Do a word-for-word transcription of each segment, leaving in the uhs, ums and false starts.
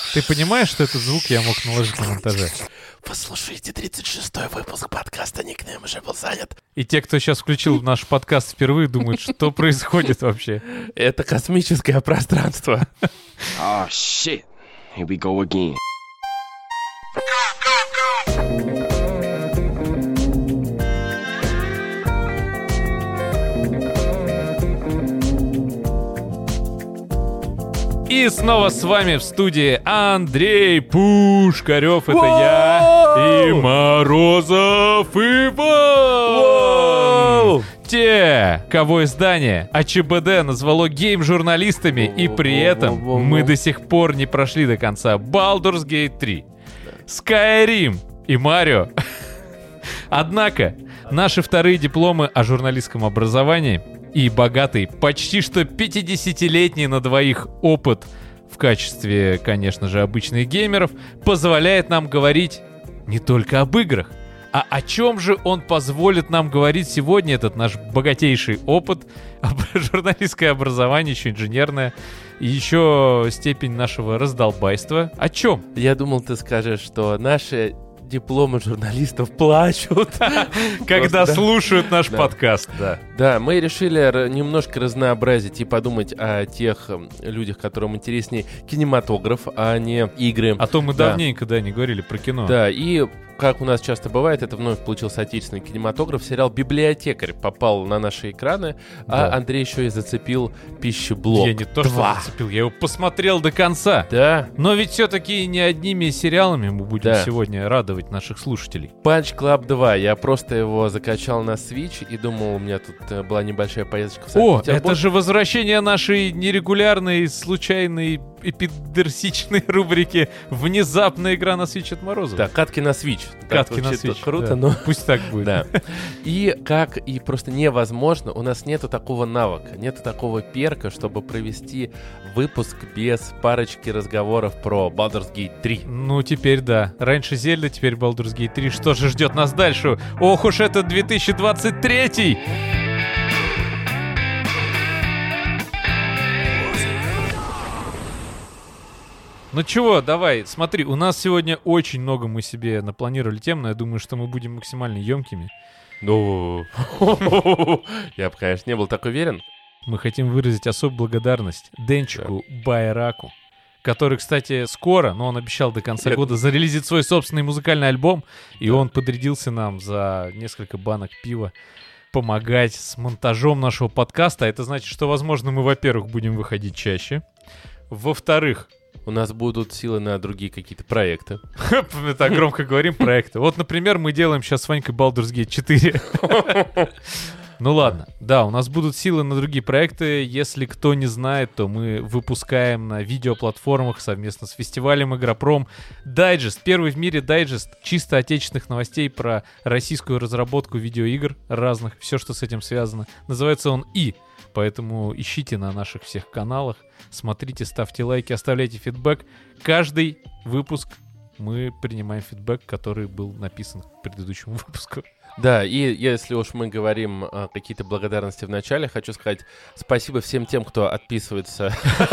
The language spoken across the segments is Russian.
Ты понимаешь, что этот звук я мог наложить на монтаже? Вы слушаете тридцать шестой выпуск подкаста «Никнейм уже был занят». И те, кто сейчас включил наш подкаст впервые, думают, что происходит вообще. Это космическое пространство. Oh shit. Here we go again. И снова с вами в студии Андрей Пушкарев, это я, и Морозов Иван. Те, кого издание АЧБД назвало гейм-журналистами, и при этом мы до сих пор не прошли до конца Baldur's Gate три, Skyrim и Марио. Однако, наши вторые дипломы о журналистском образовании и богатый, почти что пятидесятилетний на двоих опыт в качестве, конечно же, обычных геймеров позволяет нам говорить не только об играх. А о чем же он позволит нам говорить сегодня, этот наш богатейший опыт, журналистское образование, еще инженерное, и еще степень нашего раздолбайства? О чем? Я думал, ты скажешь, что наши дипломы журналистов плачут, когда слушают наш подкаст. Да, мы решили немножко разнообразить и подумать о тех людях, которым интереснее кинематограф, а не игры. А то мы давненько, да, не говорили про кино. Да, и как у нас часто бывает, это вновь получился отечественный кинематограф. Сериал «Библиотекарь» попал на наши экраны, Да. а Андрей еще и зацепил «Пищеблок». Я не то что зацепил, я его посмотрел до конца. Да. Но ведь все-таки не одними сериалами мы будем Да. сегодня радовать наших слушателей. Punch Club два. Я просто его закачал на Switch и думал, у меня тут э, была небольшая поездочка в О, Санкт-Петербург. это же возвращение нашей нерегулярной, случайной, эпидерсичной рубрики «Внезапная игра на Switch» от Морозова. Да, катки на Switch. Катки Так на звучит Switch. Круто, да. но... Пусть так будет. Да. И как и просто невозможно, у нас нету такого навыка, нету такого перка, чтобы провести выпуск без парочки разговоров про Baldur's Gate три. Ну, теперь да. Раньше Зельда, теперь Baldur's Gate три. Что же ждет нас дальше? Ох уж это две тысячи двадцать третий! Ну чего, давай, смотри, у нас сегодня очень много мы себе напланировали тем, но я думаю, что мы будем максимально емкими. Ну, я бы, конечно, не был так уверен. Мы хотим выразить особую благодарность Денчику Байраку, который, кстати, скоро, но он обещал до конца Нет. года зарелизить свой собственный музыкальный альбом, и он подрядился нам за несколько банок пива помогать с монтажом нашего подкаста. Это значит, что, возможно, мы, во-первых, будем выходить чаще, во-вторых, У нас будут силы на другие какие-то проекты. мы так громко говорим, проекты. Вот, например, мы делаем сейчас с Ванькой Baldur's Gate четыре. Ну ладно, да, у нас будут силы на другие проекты. Если кто не знает, то мы выпускаем на видеоплатформах совместно с фестивалем Игропром дайджест, первый в мире дайджест чисто отечественных новостей про российскую разработку видеоигр разных, все, что с этим связано. Называется он «И», поэтому ищите на наших всех каналах, смотрите, ставьте лайки, оставляйте фидбэк. Каждый выпуск мы принимаем фидбэк, который был написан к предыдущему выпуску. Да, и если уж мы говорим э, какие-то благодарности в начале, хочу сказать спасибо всем тем, кто отписывается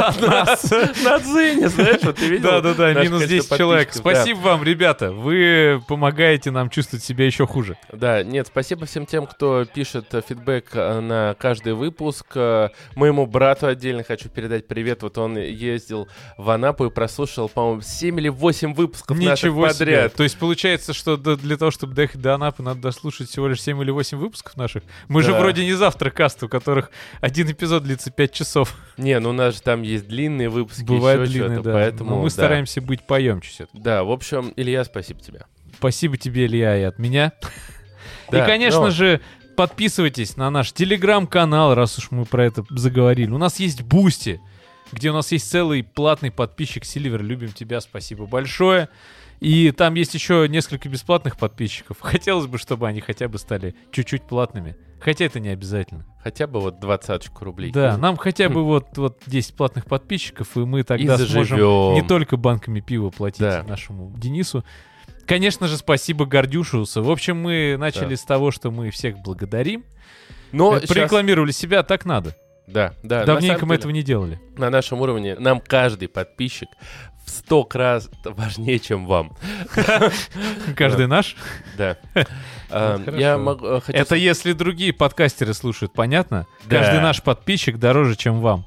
на Дзене, знаешь, вот ты видел? Да-да-да, наше минус количество десять человек. подписчиков, да. Спасибо вам, ребята, вы помогаете нам чувствовать себя еще хуже. Да, нет, спасибо всем тем, кто пишет э, фидбэк э, на каждый выпуск. Э, Моему брату отдельно хочу передать привет. Вот он ездил в Анапу и прослушал, по-моему, семь или восемь выпусков наших Ничего себе. подряд. То есть получается, что до- для того, чтобы доехать до Анапы, надо дослушать всего лишь семь или восемь выпусков наших? Мы же Да. вроде не завтракаст, у которых один эпизод длится пять часов. Не, ну у нас же там есть длинные выпуски, Бывает еще длинный, что-то, да. поэтому... Но мы да. стараемся быть поемче все-таки. Да, в общем, Илья, спасибо тебе. Спасибо тебе, Илья, и от меня. Да, И, конечно но- же, подписывайтесь на наш телеграм-канал, раз уж мы про это заговорили. У нас есть Бусти, где у нас есть целый платный подписчик Сильвер. Любим тебя, спасибо большое. И там есть еще несколько бесплатных подписчиков. Хотелось бы, чтобы они хотя бы стали чуть-чуть платными. Хотя это не обязательно. Хотя бы вот двадцаточку рублей. Да, нам хотя бы вот, вот десять платных подписчиков, и мы тогда И сможем заживем. не только банками пива платить Да. нашему Денису. Конечно же, спасибо Гордюшиусу. В общем, мы начали Да. с того, что мы всех благодарим. Но Э, щас- Порекламировали себя, так надо. Да, да. на Давненько самом мы деле, этого не делали. На нашем уровне нам каждый подписчик в сто раз важнее, чем вам. Каждый наш? Да. Я могу... Это если другие подкастеры слушают, понятно? Каждый наш подписчик дороже, чем вам.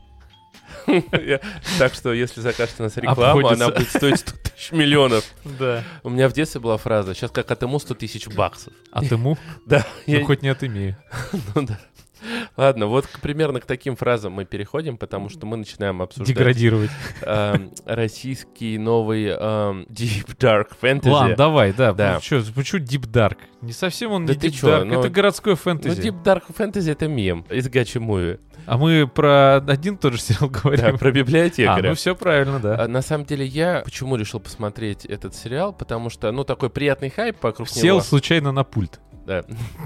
Так что, если закажете у нас рекламу, она будет стоить сто тысяч миллионов. Да. У меня в детстве была фраза: сейчас как отыму сто тысяч баксов. Отыму? Да. Ну, хоть не отымею. Ну да. Ладно, вот примерно к таким фразам мы переходим, потому что мы начинаем обсуждать... Деградировать. Э, российский новый э, Deep Dark Fantasy. Ладно, давай, да. Да. Ну, что, почему Deep Dark? Не совсем он Да не ты Deep чё, Dark, ну- это городской Ну, фэнтези. Deep Dark Fantasy — это мем из Гачи Муви. А мы про один тот же сериал Да, говорим. про А, библиотекаря. ну все правильно, да. А, На самом деле, я почему решил посмотреть этот сериал? Потому что, ну, такой приятный хайп вокруг Сел него. случайно на пульт. Да.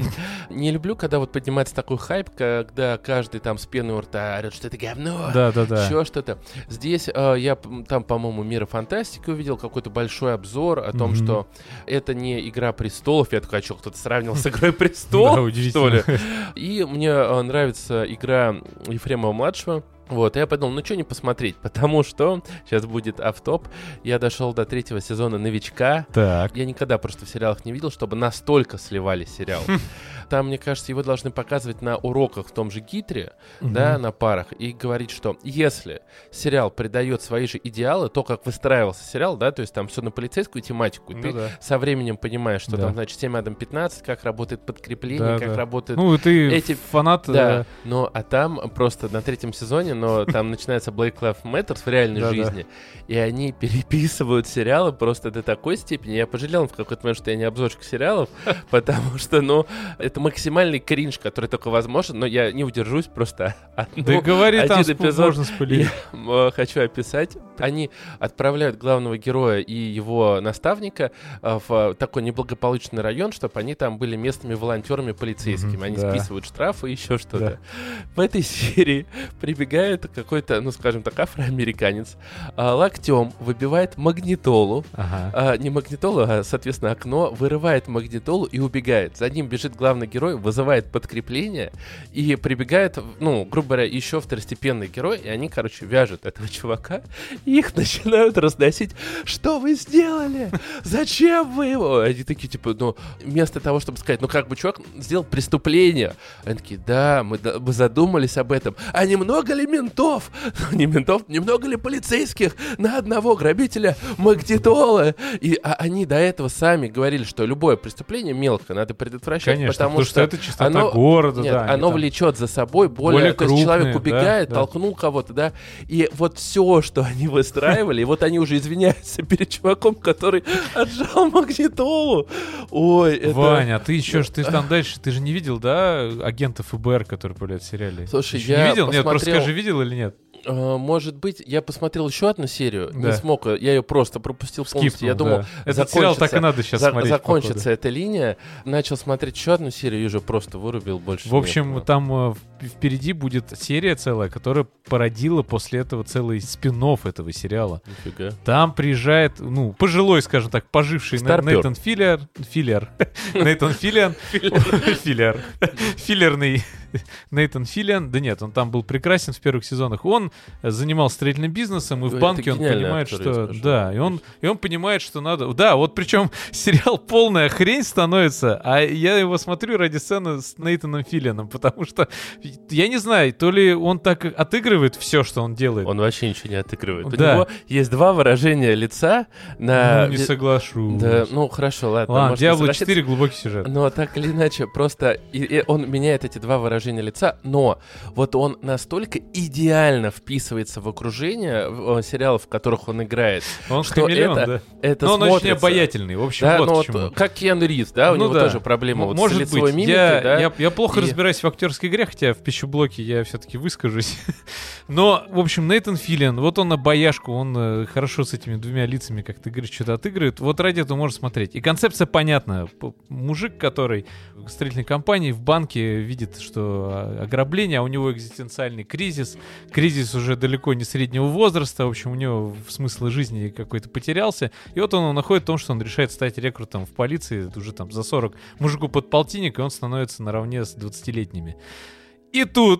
Не люблю, когда вот поднимается такой хайп, когда каждый там с пеной у рта орет, что это говно, Да, да, да. еще что-то. Здесь э, я п- там, по-моему, «Мира фантастики» увидел, какой-то большой обзор о том, Мгм. что это не «Игра престолов». Я такой, а что, кто-то сравнивал с «Игрой Да, престолов», что удивительно. ли? И мне э, нравится игра Ефремова-младшего. Вот, и я подумал, ну что не посмотреть, потому что, сейчас будет автоп, я дошел до третьего сезона «Новичка». Так. Я никогда просто в сериалах не видел, чтобы настолько сливали сериал. Там, мне кажется, его должны показывать на уроках в том же ГИТРе, да, на парах, и говорить, что если сериал придает свои же идеалы, то, как выстраивался сериал, да, то есть там все на полицейскую тематику, и Ну ты да. со временем понимаешь, что Да. там, значит, семь Адам пятнадцать, как работает подкрепление, Да, как да. работает... Ну, ты эти- фанат... Да, э, но а там просто на третьем сезоне, но там начинается Black Lives Matter в реальной Да-да. жизни, и они переписывают сериалы просто до такой степени. Я пожалел в какой-то момент, что я не обзорщик сериалов, потому что, ну, это максимальный кринж, который только возможен, но я не удержусь просто. Одну, Да говори, там один спо- эпизод можно спойлерить. я, э, хочу описать. Они отправляют главного героя и его наставника э, в такой неблагополучный район, чтобы они там были местными волонтерами полицейскими. Мгм, Они да. списывают штрафы и еще что-то. Да. В этой серии прибегает какой-то, ну, скажем так, афроамериканец, а, локтем выбивает магнитолу, Ага. а, не магнитолу, а, соответственно, окно, вырывает магнитолу и убегает. За ним бежит главный герой, вызывает подкрепление и прибегает, ну, грубо говоря, еще второстепенный герой, и они, короче, вяжут этого чувака, и их начинают разносить. Что вы сделали? Зачем вы его? Они такие, типа, ну, вместо того, чтобы сказать, ну, как бы чувак сделал преступление. Они такие, да, мы, да, мы задумались об этом. А немного ли ментов? Ну, не ментов, немного ли полицейских на одного грабителя магнитолы? И а, они до этого сами говорили, что любое преступление мелко надо предотвращать, Конечно, потому, потому что, это чистота оно- города, Нет, да. они оно там- влечет за собой более... Более то есть человек крупные, убегает, да, да. толкнул кого-то, да, и вот все, что они выстраивали, и вот они уже извиняются перед чуваком, который отжал магнитолу. Ой, это... Ваня, а ты еще ж, ты ж там дальше, ты же не видел, да, агента ФБР, который появляется в сериале? Слушай, Ты ещё я не видел? Нет, просто посмотрел- скажи, видел или нет? А, может быть, я посмотрел еще одну серию, не Да. смог, я ее просто пропустил полностью. Я Скипнул, думал, да. Этот сериал так и надо сейчас за- смотреть. закончится походу. эта линия. Начал смотреть еще одну серию и уже просто вырубил больше. В общем, некуда. там э, в- впереди будет серия целая, которая породила после этого целый спин-офф этого сериала. Нифига. Там приезжает, ну, пожилой, скажем так, поживший На- Старпер. Нейтан Филлер. Филлер. Нейтан Филлиан. Филлер. Филлерный Нейтан Филлиан. Да нет, он там был прекрасен в первых сезонах. Он э, занимался строительным бизнесом, и в Это банке он гениальный понимает, актер, я что... скажу. Да, и он, и он понимает, что надо... Да, вот причем сериал полная хрень становится, а я его смотрю ради сцены с Нейтаном Филлианом, потому что, я не знаю, то ли он так отыгрывает все, что он делает. Он вообще ничего не отыгрывает. У Да. него есть два выражения лица на... Ну, не соглашусь. Да, ну хорошо, ладно. Ладно, может, не Diablo согласиться. четыре глубокий сюжет. Но так или иначе, просто и- и он меняет эти два выражения лица, но вот он настолько идеально вписывается в окружение в, э, сериалов, в которых он играет. Он что хамелеон, это- да. Это Но он очень смотрится. обаятельный, в общем, Да, вот ну к вот, чему. как Киану Ривз, да, у Ну него да. тоже проблема М- вот Может с лицевой быть, мимикой, я, да. я, я плохо И- разбираюсь в актерской игре, хотя в пищеблоке я все-таки выскажусь. Но, в общем, Нейтан Филлиан, вот он на бояшку, он э, хорошо с этими двумя лицами, как ты говоришь, что-то отыгрывает. Вот ради этого можно смотреть. И концепция понятна. П- Мужик, который в строительной компании, в банке видит, что а, ограбление, а у него экзистенциальный кризис. Кризис уже далеко не среднего возраста. В общем, у него смысл жизни какой-то потерялся. И вот он находит в том, что он решает стать рекрутом в полиции уже там за сорок. Мужику под полтинник, и он становится наравне с двадцатилетними. И тут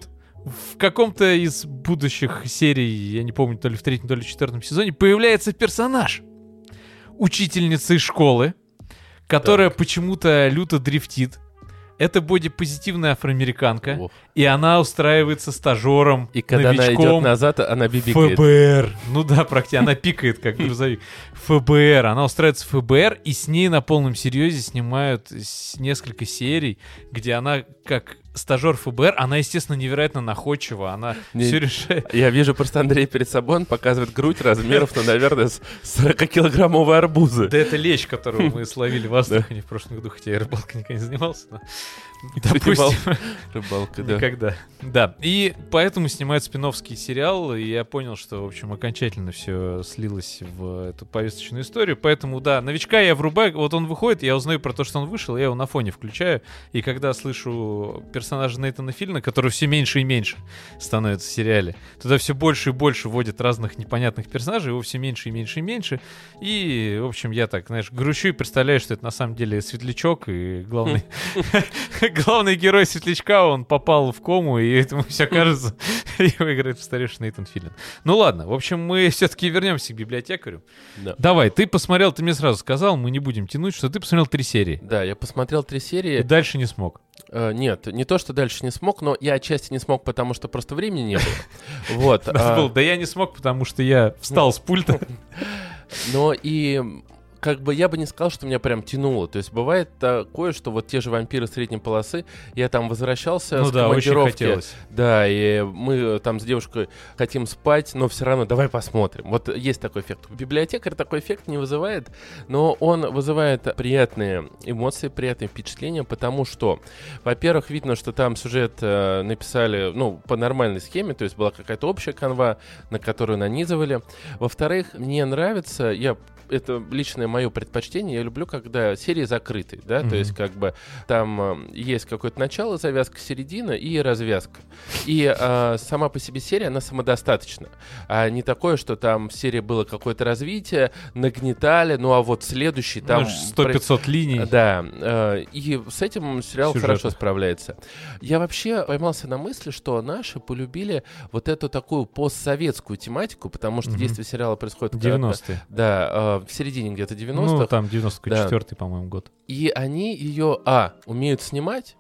в каком-то из будущих серий, я не помню, то ли в третьем, то ли в четвертом сезоне, появляется персонаж. Учительница из школы, которая так. почему-то люто дрифтит. Это бодипозитивная афроамериканка, Ох. и она устраивается стажером, и когда новичком, она идет назад, она бибикает. эф бэ эр. Ну да, практически. Она пикает, как грузовик. эф бэ эр. Она устраивается в эф бэ эр, и с ней на полном серьезе снимают несколько серий, где она как стажер эф бэ эр, она, естественно, невероятно находчива, она Не, все решает. Я вижу просто Андрея перед собой, он показывает грудь размеров, ну, наверное, сорокакилограммовые арбузы. Да это лещ, которого мы словили в Астрахани в прошлом году, хотя я рыбалкой никогда не занимался, но... Допустим, рыбалка, да. Никогда. Да, и поэтому снимают спин-оффский сериал, и я понял, что, в общем, окончательно все слилось в эту повесточную историю, поэтому, да, новичка я врубаю, вот он выходит, я узнаю про то, что он вышел, я его на фоне включаю, и когда слышу персонажа Нейтана Филлина, который все меньше и меньше становится в сериале, туда все больше и больше вводят разных непонятных персонажей, его все меньше и меньше и меньше, и, в общем, я так, знаешь, грущу и представляю, что это на самом деле Светлячок, и главный... Главный герой Светлячка, он попал в кому, и этому все кажется, его играет старейший Нейтан Филлин. Ну ладно, в общем, мы все-таки вернемся к библиотекарю. Да. Давай, ты посмотрел, ты мне сразу сказал, мы не будем тянуть, что ты посмотрел три серии. Да, я посмотрел три серии. И дальше не смог. Uh, нет, не то, что дальше не смог, но я отчасти не смог, потому что просто времени не было. Вот. Да я не смог, потому что я встал с пульта. Но и... как бы я бы не сказал, что меня прям тянуло. То есть бывает такое, что вот те же «Вампиры средней полосы», я там возвращался ну с да, командировки. Очень хотелось. Да, и мы там с девушкой хотим спать, но все равно давай посмотрим. Вот есть такой эффект. Библиотекарь такой эффект не вызывает, но он вызывает приятные эмоции, приятные впечатления, потому что, во-первых, видно, что там сюжет э, написали, ну, по нормальной схеме, то есть была какая-то общая канва, на которую нанизывали. Во-вторых, мне нравится, я это личное мое предпочтение. Я люблю, когда серии закрыты, да, mm-hmm. то есть как бы там э, есть какое-то начало, завязка, середина и развязка. И э, сама по себе серия, она самодостаточна. А не такое, что там в серии было какое-то развитие, нагнетали, ну а вот следующий там... сто-пятьсот линий. Да, э, и с этим сериал Сюжета. хорошо справляется. Я вообще поймался на мысли, что наши полюбили вот эту такую постсоветскую тематику, потому что mm-hmm. действие сериала происходит... девяностые. Да, э, в середине где-то девяностых. Ну, там девяносто четвёртый, да. по-моему, год. И они ее, а, умеют снимать,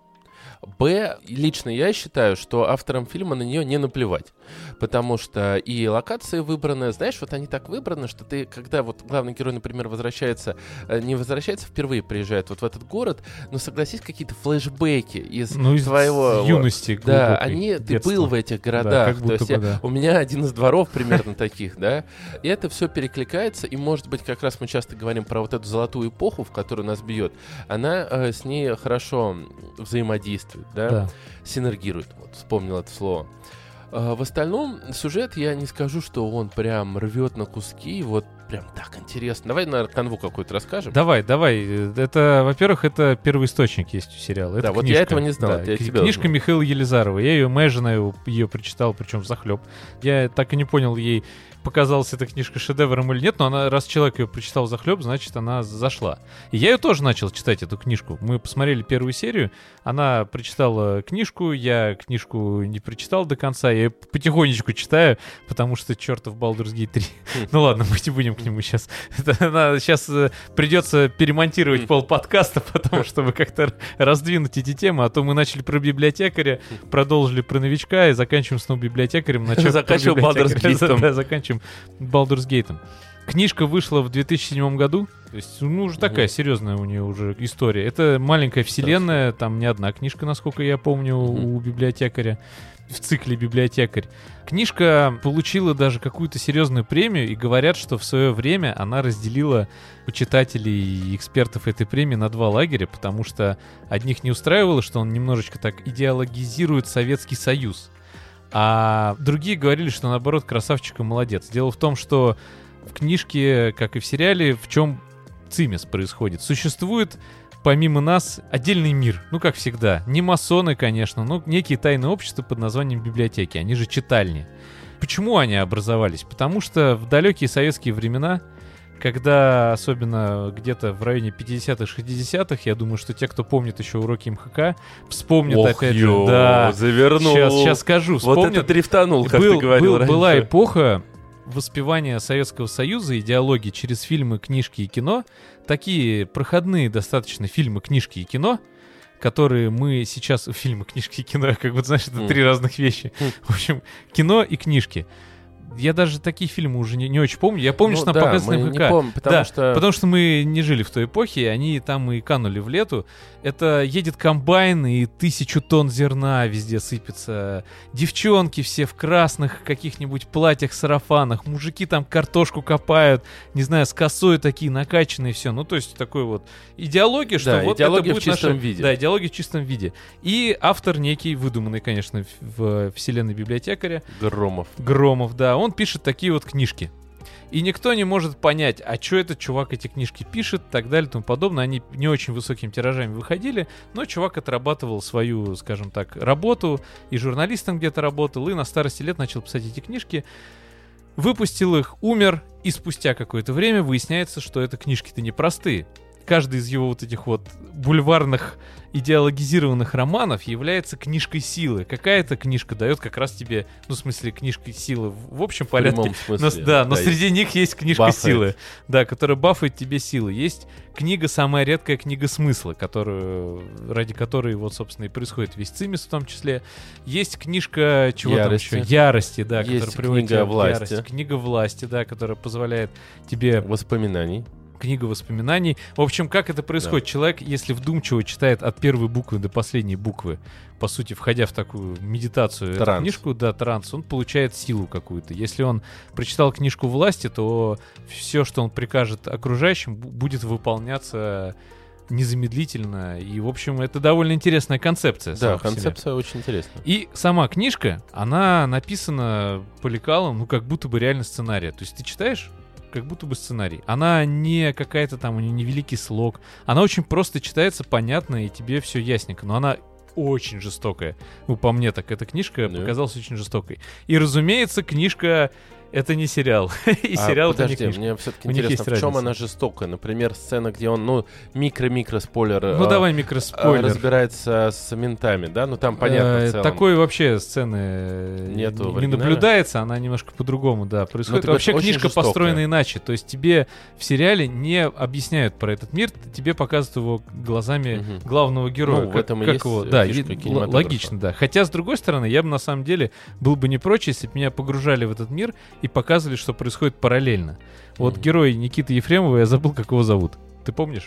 б, лично я считаю, что авторам фильма на нее не наплевать. Потому что и локации выбраны, знаешь, вот они так выбраны, что ты, когда вот главный герой, например, возвращается, не возвращается, впервые приезжает вот в этот город, но, согласись, какие-то флешбеки из ну, твоего... Из юности. Да, они, ты был в этих городах. Да, то есть бы, я, да. у меня один из дворов примерно таких, да. И это все перекликается, и, может быть, как раз мы часто говорим про вот эту золотую эпоху, в которую нас бьет, она э, с ней хорошо взаимодействует, да, да. синергирует. Вот, вспомнил это слово. В остальном, сюжет, я не скажу, что он прям рвет на куски, вот прям так интересно. Давай на канву какую-то расскажем. Давай, давай. Это, во-первых, это первоисточник есть у сериала. Это да, книжка. Вот я этого не знал. Да, я книжка узнал. Михаила Елизарова. Я ее Imagine, ее прочитал, причем взахлеб. Я так и не понял, ей показалась эта книжка шедевром или нет, но она, раз человек ее прочитал захлеб, значит, она зашла. И я ее тоже начал читать, эту книжку. Мы посмотрели первую серию, она прочитала книжку, я книжку не прочитал до конца, я ее потихонечку читаю, потому что чертов Baldur's Gate три. Ну ладно, мы не будем к нему сейчас. Сейчас придется перемонтировать пол подкаста, потому чтобы как-то раздвинуть эти темы, а то мы начали про библиотекаря, продолжили про новичка и заканчиваем снова библиотекарем. Заканчиваем Baldur's Gate. Да, заканчиваем Baldur's Gate. Книжка вышла в две тысячи седьмом году. То есть, ну, уже такая серьезная у нее уже история. Это маленькая вселенная, там не одна книжка, насколько я помню, у библиотекаря. В цикле «Библиотекарь». Книжка получила даже какую-то серьезную премию, и говорят, что в свое время она разделила почитателей и экспертов этой премии на два лагеря, потому что одних не устраивало, что он немножечко так идеологизирует Советский Союз, а другие говорили, что наоборот красавчик и молодец. Дело в том, что в книжке, как и в сериале, в чем цимес происходит. Существует помимо нас отдельный мир, ну как всегда. Не масоны, конечно, но некие тайные общества под названием библиотеки, они же читальни. Почему они образовались? Потому что в далекие советские времена когда, особенно где-то в районе пятидесятых, шестидесятых, я думаю, что те, кто помнит еще уроки МХК, вспомнят Ох, опять ё, же. Да, завернул. Сейчас, сейчас скажу. Вот Вспомнят. это дрифтанул, как Был- ты говорил был- раньше. Была эпоха воспевания Советского Союза, идеологии через фильмы, книжки и кино. Такие проходные достаточно фильмы, книжки и кино, которые мы сейчас... Фильмы, книжки и кино, как бы, знаешь, это Mm. три разных вещи. Mm. В общем, кино и книжки. Я даже такие фильмы уже не, не очень помню. Я помню, Ну что нам да, показывали мы на не МХК. помним, потому Да, что... Потому что мы не жили в той эпохе, и они там и канули в лету. Это едет комбайн, и тысячу тонн зерна везде сыпется. Девчонки все в красных каких-нибудь платьях, сарафанах. Мужики там картошку копают, не знаю, с косой такие накачанные, все. Ну, то есть такой вот идеология, что Да, вот идеология это будет в чистом наша... виде. Да, идеология в чистом виде. И автор некий, выдуманный, конечно, в, в вселенной библиотекаря, Громов. Громов, да, он пишет такие вот книжки. И никто не может понять, а что этот чувак эти книжки пишет, так далее и тому подобное. Они не очень высокими тиражами выходили, но чувак отрабатывал свою, скажем так, работу, и журналистом где-то работал, и на старости лет начал писать эти книжки. Выпустил их, умер, и спустя какое-то время выясняется, что это книжки-то непростые. Каждый из его вот этих вот бульварных идеологизированных романов является книжкой силы. Какая-то книжка дает как раз тебе, ну, в смысле, книжкой силы в, в общем В порядке. прямом Но, смысле. да, но среди них есть книжка Бафает. силы, да, которая бафает тебе силы. Есть книга, самая редкая книга смысла, которую, ради которой, вот, собственно, и происходит весь цимис в том числе. Есть книжка, чего Ярости. там еще? Ярости, да, Есть которая приводит книга тебя в власти. ярость. Книга власти, да, которая позволяет тебе... Воспоминаний. Книга воспоминаний. В общем, как это происходит? Да. Человек, если вдумчиво читает от первой буквы до последней буквы, по сути, входя в такую медитацию, эту Транс. книжку, да, транс, он получает силу какую-то. Если он прочитал книжку власти, то все, что он прикажет окружающим, бу- будет выполняться незамедлительно. И, в общем, это довольно интересная концепция. Да, сама по себе. концепция очень интересная. И сама книжка, она написана по лекалам, ну, как будто бы реально сценария. То есть ты читаешь, как будто бы сценарий. Она не какая-то там, у нее не великий слог. Она очень просто читается, понятно, и тебе все ясненько. Но она очень жестокая. Ну, по мне так, эта книжка Да. показалась очень жестокой. И, разумеется, книжка — это не сериал. И А, сериал — это не подожди, книжка. мне все-таки У них интересно, есть в чем разница. она жестокая? Например, сцена, где он, ну, микро-микро спойлер. Ну, а, давай а, микроспойлер. разбирается с ментами, да? Ну, там понятно Э, в целом. Такой вообще сцены э, Нету в не оригинале? наблюдается, она немножко по-другому, да, происходит. ты говоришь, Вообще очень книжка жестокая. построена иначе, то есть тебе в сериале не объясняют про этот мир, тебе показывают его глазами Мгм. главного героя. Ну, в как, этом и как есть его, да, фишка е- л- кинематографа. логично, да. Хотя, с другой стороны, я бы на самом деле был бы не прочь, если бы меня погружали в этот мир и показывали, что происходит параллельно. Вот Мгм. герой Никиты Ефремова, я забыл, как его зовут. Ты помнишь?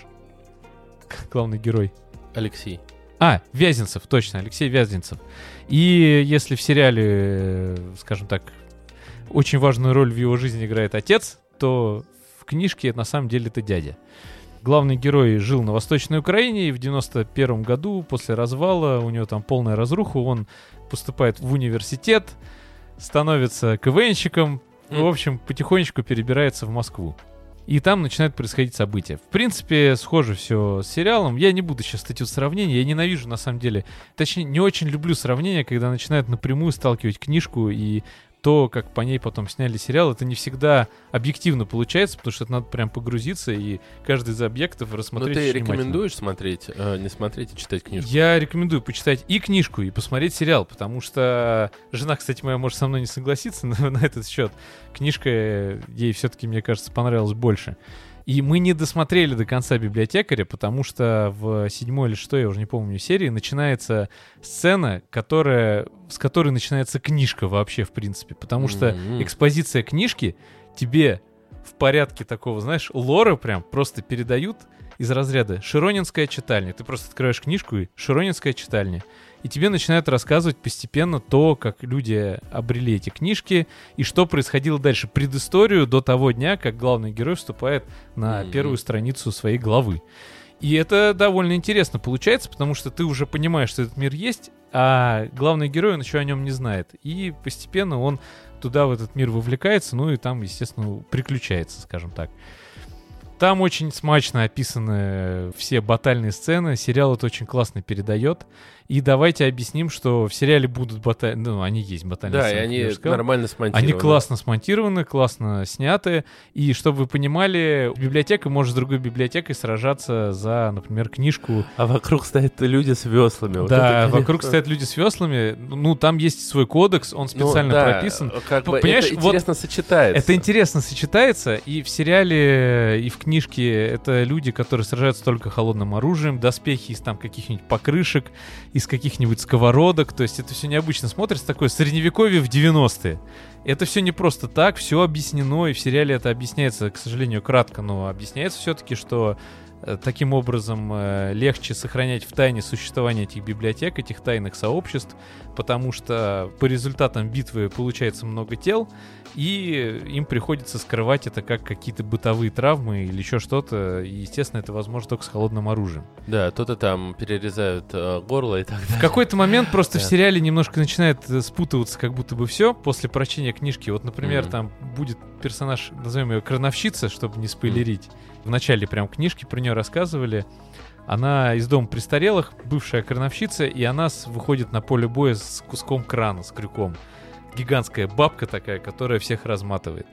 Главный герой. Алексей. А, Вяземцев, точно, Алексей Вяземцев. И если в сериале, э, скажем так, очень важную роль в его жизни играет отец, то в книжке на самом деле это дядя. Главный герой жил на Восточной Украине, и в девяносто первом году, после развала, у него там полная разруха, он поступает в университет, становится КВНщиком, Мгм. в общем, потихонечку перебирается в Москву. И там начинают происходить события. В принципе, схоже все с сериалом. Я не буду сейчас статью сравнения. Я ненавижу, на самом деле. Точнее, не очень люблю сравнения, когда начинают напрямую сталкивать книжку и то, как по ней потом сняли сериал. Это не всегда объективно получается, потому что это надо прям погрузиться и каждый из объектов Ну, рассмотреть ты очень внимательно. рекомендуешь смотреть, э, не смотреть и читать книжку? Я рекомендую почитать и книжку, и посмотреть сериал, потому что жена, кстати, моя может со мной не согласиться на, на этот счет. Книжка э, ей все-таки, мне кажется, понравилась больше. И мы не досмотрели до конца «Библиотекаря», потому что в седьмой или шестой, я уже не помню, серии начинается сцена, которая, с которой начинается книжка вообще, в принципе. Потому что М-м. экспозиция книжки тебе в порядке такого, знаешь, лора прям просто передают из разряда «Широнинская читальня». Ты просто открываешь книжку и «Широнинская читальня». И тебе начинают рассказывать постепенно то, как люди обрели эти книжки и что происходило дальше. Предысторию до того дня, как главный герой вступает на Мгм. первую страницу своей главы. И это довольно интересно получается, потому что ты уже понимаешь, что этот мир есть, а главный герой, он еще о нем не знает. И постепенно он туда, в этот мир, вовлекается, ну и там, естественно, приключается, скажем так. Там очень смачно описаны все батальные сцены, сериал это очень классно передает. И давайте объясним, что в сериале будут батальные... Ну, они есть батальные Да, сцены, и они я уже сказал. нормально смонтированы. Они классно смонтированы, классно сняты. И чтобы вы понимали, библиотека может с другой библиотекой сражаться за, например, книжку. А вокруг стоят люди с веслами. Вот Да, это, вокруг стоят люди с веслами. Ну, там есть свой кодекс, он специально ну, да, прописан. Как бы Понимаешь, это вот интересно сочетается. Это интересно сочетается, и в сериале, и в книжке это люди, которые сражаются только холодным оружием, доспехи из там каких-нибудь покрышек, из каких-нибудь сковородок. То есть это все необычно смотрится, такое средневековье в девяностые. Это все не просто так, все объяснено, и в сериале это объясняется, к сожалению, кратко, но объясняется все-таки, что э, таким образом э, легче сохранять в тайне существование этих библиотек, этих тайных сообществ, потому что по результатам битвы получается много тел, и им приходится скрывать это как какие-то бытовые травмы или еще что-то, и, естественно, это возможно только с холодным оружием. Да, то-то там перерезают э, горло и так далее. В какой-то момент просто Да. в сериале немножко начинает э, спутываться как будто бы все после прочтения книжки. Вот, например, Мгм. там будет персонаж, назовем ее Крановщица, чтобы не спойлерить. В начале прям книжки про нее рассказывали. Она из дома престарелых, бывшая крановщица, и она с- выходит на поле боя с куском крана, с крюком. Гигантская бабка такая, которая всех разматывает.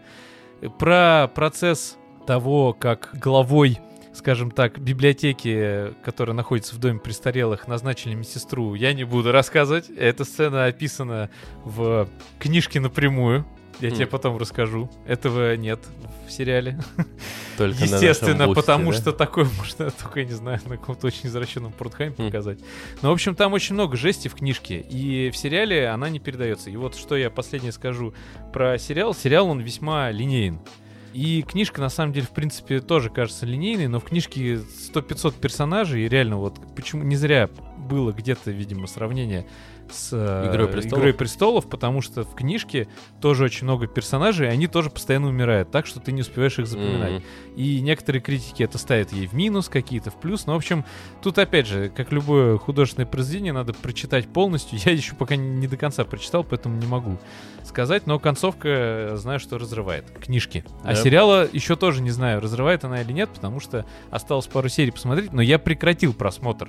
Про процесс того, как главой, скажем так, библиотеки, которая находится в доме престарелых, назначили медсестру, я не буду рассказывать. Эта сцена описана в книжке напрямую. Я Хм. тебе потом расскажу. Этого нет в сериале. Только на Естественно, нашем бусте, потому да? что такое можно только, я не знаю, на каком-то очень извращенном портхайме Хм. показать. Но, в общем, там очень много жести в книжке, и в сериале она не передается. И вот что я последнее скажу про сериал. Сериал, он весьма линейен. И книжка, на самом деле, в принципе, тоже кажется линейной, но в книжке сто-пятьсот персонажей, и реально вот почему не зря было где-то, видимо, сравнение с э, «Игрой престолов». «Игрой престолов», потому что в книжке тоже очень много персонажей, и они тоже постоянно умирают, так что ты не успеваешь их запоминать. Мгм. И некоторые критики это ставят ей в минус, какие-то в плюс. Но, в общем, тут опять же, как любое художественное произведение, надо прочитать полностью. Я еще пока не до конца прочитал, поэтому не могу сказать. Но концовка, знаю, что разрывает книжки. А Да. сериала еще тоже не знаю, разрывает она или нет, потому что осталось пару серий посмотреть. Но я прекратил просмотр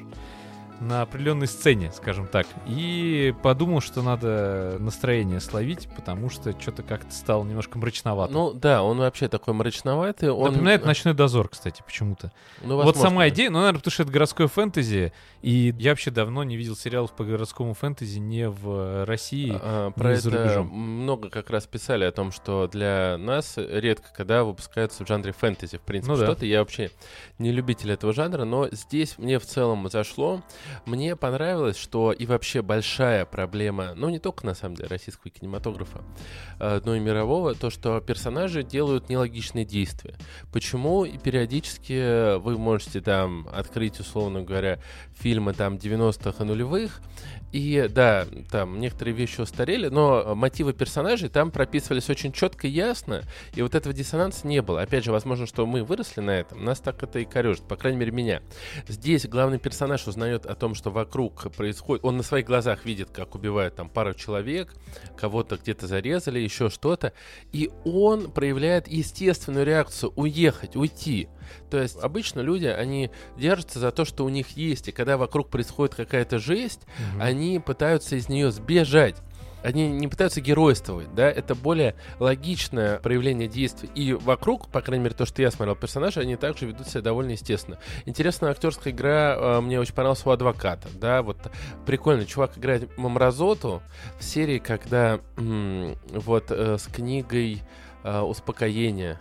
на определенной сцене, скажем так. И подумал, что надо настроение словить, потому что что-то как-то стало немножко мрачновато. Ну да, он вообще такой мрачноватый. Он... Напоминает «Ночной дозор», кстати, почему-то. Ну, Вот возможно. сама идея, ну, наверное, потому что это городское фэнтези, и я вообще давно не видел сериалов по городскому фэнтези не в России. А, про не за это рубежом. много как раз писали о том, что для нас редко когда выпускаются в жанре фэнтези, в принципе, Ну да. что-то. Я вообще не любитель этого жанра, но здесь мне в целом зашло. Мне понравилось, что и вообще большая проблема, ну не только на самом деле российского кинематографа, э, но и мирового, то, что персонажи делают нелогичные действия. Почему и периодически вы можете там открыть, условно говоря, фильмы там девяностых и нулевых, и да, там некоторые вещи устарели, но мотивы персонажей там прописывались очень четко и ясно, и вот этого диссонанса не было. Опять же, возможно, что мы выросли на этом, нас так это и корежит, по крайней мере, меня. Здесь главный персонаж узнает о том, что вокруг происходит, он на своих глазах видит, как убивают там пару человек, кого-то где-то зарезали, еще что-то, и он проявляет естественную реакцию уехать, уйти. То есть обычно люди, они держатся за то, что у них есть, и когда вокруг происходит какая-то жесть, Мгм. они пытаются из нее сбежать. Они не пытаются геройствовать, да, это более логичное проявление действий. И вокруг, по крайней мере, то, что я смотрел, персонажи, они также ведут себя довольно естественно. Интересная актерская игра, э, мне очень понравилась у адвоката, да, вот прикольно, чувак играет Мамразоту в серии, когда м, вот э, с книгой э, «Успокоение»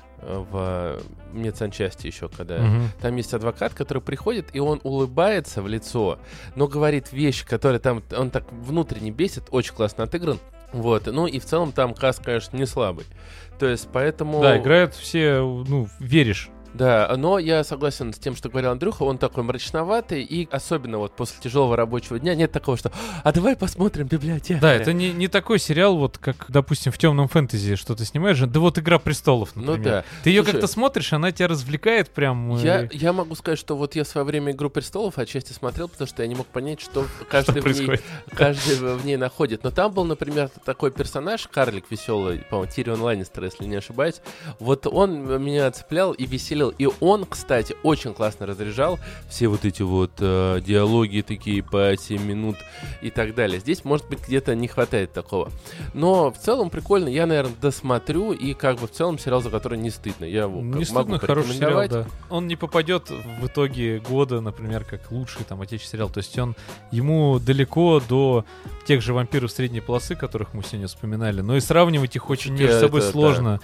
в медсанчасти еще, когда... Мгм. Там есть адвокат, который приходит, и он улыбается в лицо, но говорит вещи, которые там... Он так внутренне бесит, очень классно отыгран. Вот. Ну и в целом там каст, конечно, не слабый. То есть поэтому... Да, играют все, ну, веришь. Да, но я согласен с тем, что говорил Андрюха, он такой мрачноватый, и особенно вот после тяжелого рабочего дня нет такого, что «а давай посмотрим библиотеку». Да, это не, не такой сериал, вот как, допустим, в темном фэнтези, что ты снимаешь. Да вот «Игра престолов», например. Ну да. Ты ее Слушай, как-то смотришь, она тебя развлекает прям. Я, э, я могу сказать, что вот я в свое время «Игру престолов» отчасти смотрел, потому что я не мог понять, что каждый, в, ней, происходит? каждый в ней находит. Но там был, например, такой персонаж, карлик веселый, по-моему, Тирион Ланнистер, если не ошибаюсь. Вот он меня цеплял и веселил веселил. И он, кстати, очень классно разряжал все вот эти вот э, диалоги такие по семь минут и так далее. Здесь, может быть, где-то не хватает такого. Но в целом прикольно. Я, наверное, досмотрю. И как бы в целом сериал, за который не стыдно. Я его Не могу стыдно, хороший сериал, порекомендовать. да. Он не попадет в итоге года, например, как лучший там отечественный сериал. То есть он ему далеко до тех же «Вампиров средней полосы», которых мы сегодня вспоминали. Но и сравнивать их очень между собой это, сложно.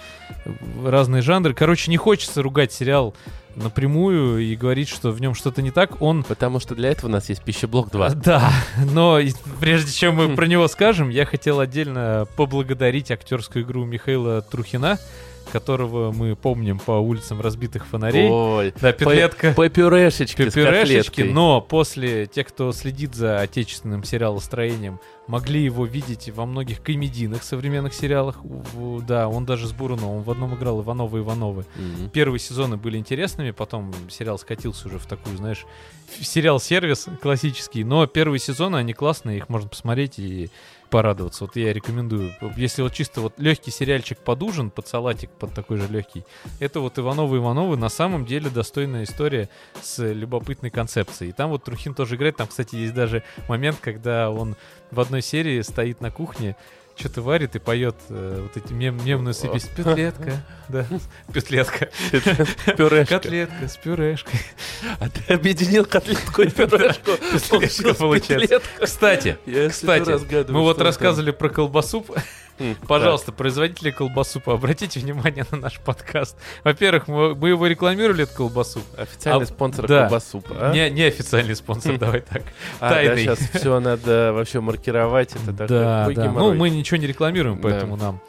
Разные жанры. Короче, не хочется ругать сериал напрямую и говорить, что в нем что-то не так. Он... Потому что для этого у нас есть «Пищеблок два». Да, но и прежде чем мы про него скажем, я хотел отдельно поблагодарить актерскую игру Михаила Трухина, которого мы помним по улицам разбитых фонарей. Ой, Да, петлетка. По, по пюрешечке По с пюрешечке, котлеткой. но после, те, кто следит за отечественным сериалостроением, могли его видеть во многих комедийных современных сериалах. В- Да, он даже с Буруновым в одном играл, Ивановы Ивановы. Мгм. Первые сезоны были интересными, потом сериал скатился уже в такую, знаешь, ф- сериал-сервис классический, но первые сезоны, они классные, их можно посмотреть и порадоваться. Вот я рекомендую. Если вот чисто вот легкий сериальчик под ужин, под салатик, под такой же легкий, это вот Ивановы Ивановы на самом деле достойная история с любопытной концепцией. И там вот Трухин тоже играет. Там, кстати, есть даже момент, когда он в одной серии стоит на кухне, что-то варит и поет э, вот эти мем, мемную свою песню. Петлетка, да, петлетка. Пюрешка. Котлетка с пюрешкой. А ты объединил котлетку и пюрешку. Петлетка получается. Кстати, кстати, мы вот рассказывали про колбасу. Пожалуйста, производители колбасупа, обратите внимание на наш подкаст. Во-первых, мы, мы его рекламировали, эту колбасу. Официальный А, спонсор да. колбасупа. А? Не, не официальный спонсор, давай так. А, да, Тайный. сейчас все надо вообще маркировать. Это такой Да, ой, да. Ну, геморрой. мы ничего не рекламируем, Да. поэтому нам.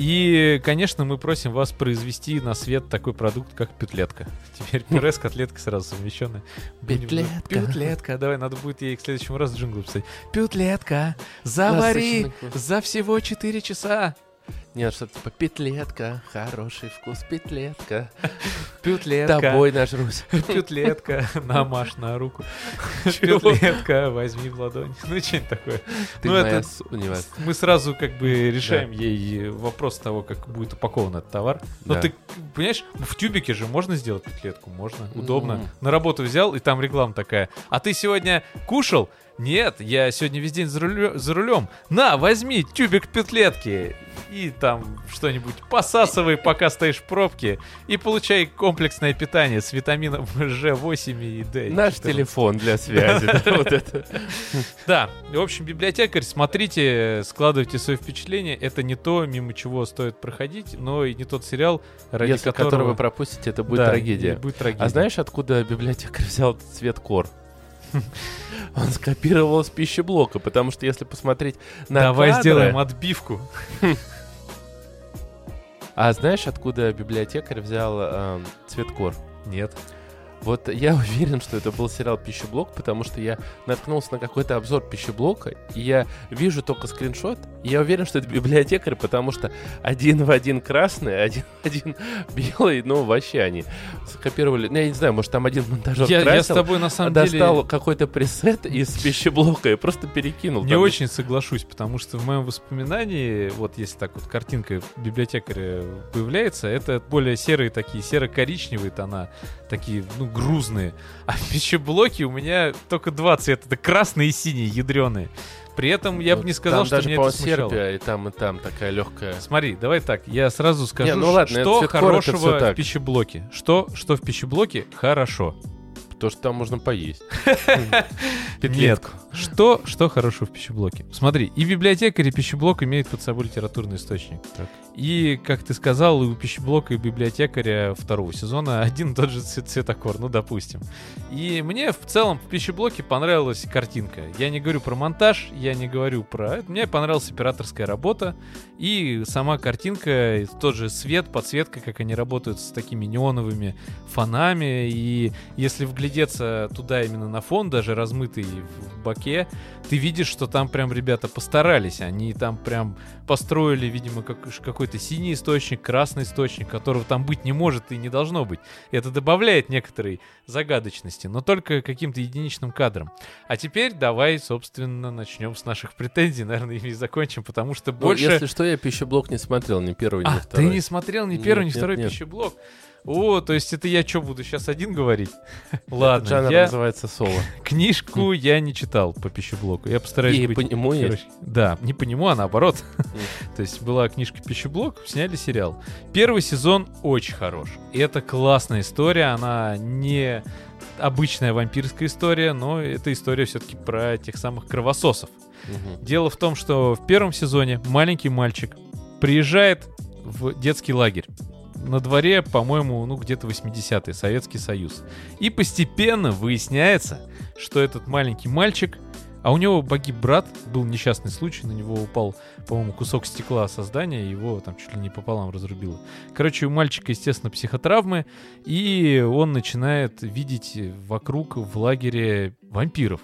И, конечно, мы просим вас произвести на свет такой продукт, как петлетка. Теперь пюре с котлеткой сразу совмещенная. Будем- Петлетка. Петлетка. Давай, надо будет ей к следующему разу джингл писать. Петлетка, завари Насыщенный вкус. за всего четыре часа. Нет, что-то типа петлетка, хороший вкус, петлетка. Петлетка. Тобой нажрусь. Петлетка, намажь на руку. Петлетка, возьми в ладонь. Ну, что-нибудь такое. Ты Ну, моя это- су- не важно. Мы сразу как бы решаем ей вопрос того, как будет упакован этот товар. Но Да. ты понимаешь, в тюбике же можно сделать петлетку, можно, удобно. Мгм. На работу взял, и там реклама такая. А ты сегодня кушал? Нет, я сегодня весь день за, рулё- за рулем. На, возьми тюбик петлетки. И там что-нибудь посасывай, пока стоишь в пробке. И получай комплексное питание с витамином жэ восемь и дэ. Наш четырнадцать. телефон для связи. да, вот это. Да, в общем, библиотекарь, смотрите, складывайте свои впечатления. Это не то, мимо чего стоит проходить, но и не тот сериал, ради Если которого... который вы пропустите, это будет Да, трагедия. и будет трагедия. А знаешь, откуда библиотекарь взял этот цвет кор? Он скопировал с пищеблока, потому что если посмотреть на Давай кадры- сделаем отбивку. А знаешь, откуда библиотекарь взял э, цвет кор? Нет. Вот я уверен, что это был сериал «Пищеблок», потому что я наткнулся на какой-то обзор «Пищеблока», и я вижу только скриншот, и я уверен, что это библиотекарь, потому что один в один красный, один в один белый, ну, вообще они скопировали. Ну, я не знаю, может, там один монтажер Я, я с красил, тобой на самом достал деле какой-то пресет из «Пищеблока» и просто перекинул. не Там очень соглашусь, потому что в моем воспоминании, вот если так вот картинка библиотекаря появляется, это более серые такие, серо-коричневые тона, такие, ну, грузные. А в пищеблоке у меня только два цвета, это красный и синий, ядреные. При этом я бы Ну, не сказал, там что даже, меня это по-моему, смущало. серпия, и там, и там такая легкая. Смотри, давай так, я сразу скажу, Не, ну ладно, что цвет кора — это всё хорошего в так. пищеблоке. Что, что в пищеблоке хорошо. То, что там можно поесть. Нет. Что, что хорошего в пищеблоке? Смотри, и библиотекарь, и пищеблок имеют под собой литературный источник. Так. И, как ты сказал, и у пищеблока, и библиотекаря второго сезона один и тот же цвет- цветокор, ну, допустим. И мне в целом в пищеблоке понравилась картинка. Я не говорю про монтаж, я не говорю про... Мне понравилась операторская работа и сама картинка, и тот же свет, подсветка, как они работают с такими неоновыми фонами. И если вглядеться туда именно на фон, даже размытый в боке, песке, ты видишь, что там прям ребята постарались. Они там прям построили, видимо, как, какой-то синий источник, красный источник, которого там быть не может и не должно быть. И это добавляет некоторой загадочности, но только каким-то единичным кадром. А теперь давай, собственно, начнем с наших претензий, наверное, ими и закончим, потому что Ну, больше... если что, я пищеблок не смотрел, ни первый, ни А, второй. ты не смотрел ни первый, ни Нет, второй нет, нет. пищеблок? О, то есть это я что, буду сейчас один говорить? Ладно, Жанр я называется соло. книжку я не читал по пищеблоку. Я постараюсь И быть... по нему есть. короче, да, не по нему, а наоборот. То есть была книжка «Пищеблок», сняли сериал. Первый сезон очень хорош. И это классная история, она не обычная вампирская история, но это история все-таки про тех самых кровососов. Мгм. Дело в том, что в первом сезоне маленький мальчик приезжает в детский лагерь. На дворе, по-моему, ну где-то восьмидесятые, Советский Союз. И постепенно выясняется, что этот маленький мальчик, а у него погиб брат, был несчастный случай, на него упал, по-моему, кусок стекла со здания, его там чуть ли не пополам разрубило. Короче, у мальчика, естественно, психотравмы, и он начинает видеть вокруг в лагере вампиров.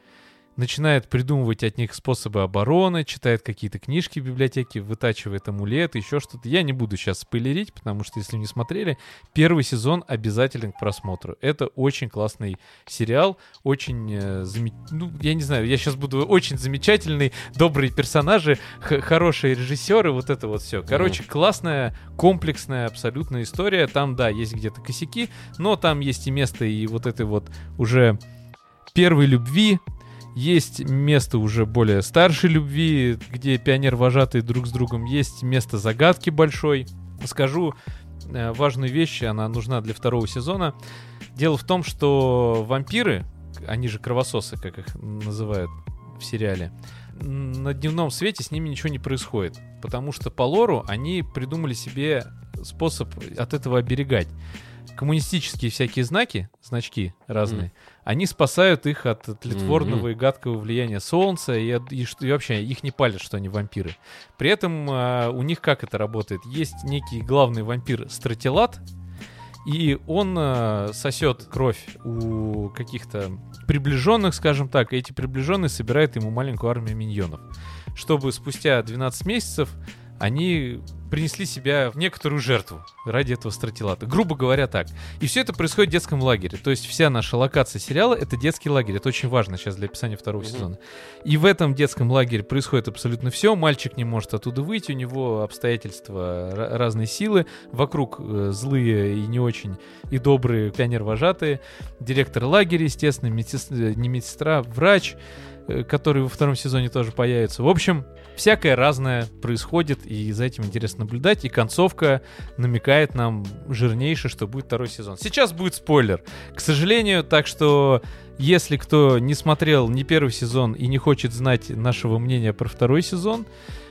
Начинает придумывать от них способы обороны, читает какие-то книжки в библиотеке, вытачивает амулеты, еще что-то. Я не буду сейчас спойлерить, потому что, если не смотрели, первый сезон обязателен к просмотру. Это очень классный сериал, очень, э, заме... ну, я не знаю, я сейчас буду очень замечательный, добрые персонажи, х- хорошие режиссеры, вот это вот все. Короче, классная, комплексная абсолютная история. Там, да, есть где-то косяки, но там есть и место и вот этой вот уже первой любви. Есть место уже более старшей любви, где пионер-вожатые друг с другом. Есть место загадки большой. Скажу э, важную вещь, она нужна для второго сезона. Дело в том, что вампиры, они же кровососы, как их называют в сериале, на дневном свете с ними ничего не происходит. Потому что по лору они придумали себе способ от этого оберегать. Коммунистические всякие знаки, значки разные, mm. они спасают их от тлетворного mm-hmm. и гадкого влияния солнца, и, от, и, и вообще их не палят, что они вампиры. При этом а, у них как это работает? Есть некий главный вампир Стратилат, и он а, сосет кровь у каких-то приближенных, скажем так, и эти приближенные собирают ему маленькую армию миньонов, чтобы спустя двенадцать месяцев они принесли себя в некоторую жертву ради этого Стратилата. Грубо говоря, так. И все это происходит в детском лагере. То есть вся наша локация сериала — это детский лагерь. Это очень важно сейчас для описания второго mm-hmm. сезона. И в этом детском лагере происходит абсолютно все. Мальчик не может оттуда выйти, у него обстоятельства, р- разные силы. Вокруг э, злые и не очень, и добрые пионер-вожатые. Директор лагеря, естественно, медсестра, не медсестра, врач, который во втором сезоне тоже появится. В общем, всякое разное происходит, и за этим интересно наблюдать. И концовка намекает нам жирнейше, что будет второй сезон. Сейчас будет спойлер, к сожалению, так что если кто не смотрел ни первый сезон и не хочет знать нашего мнения про второй сезон,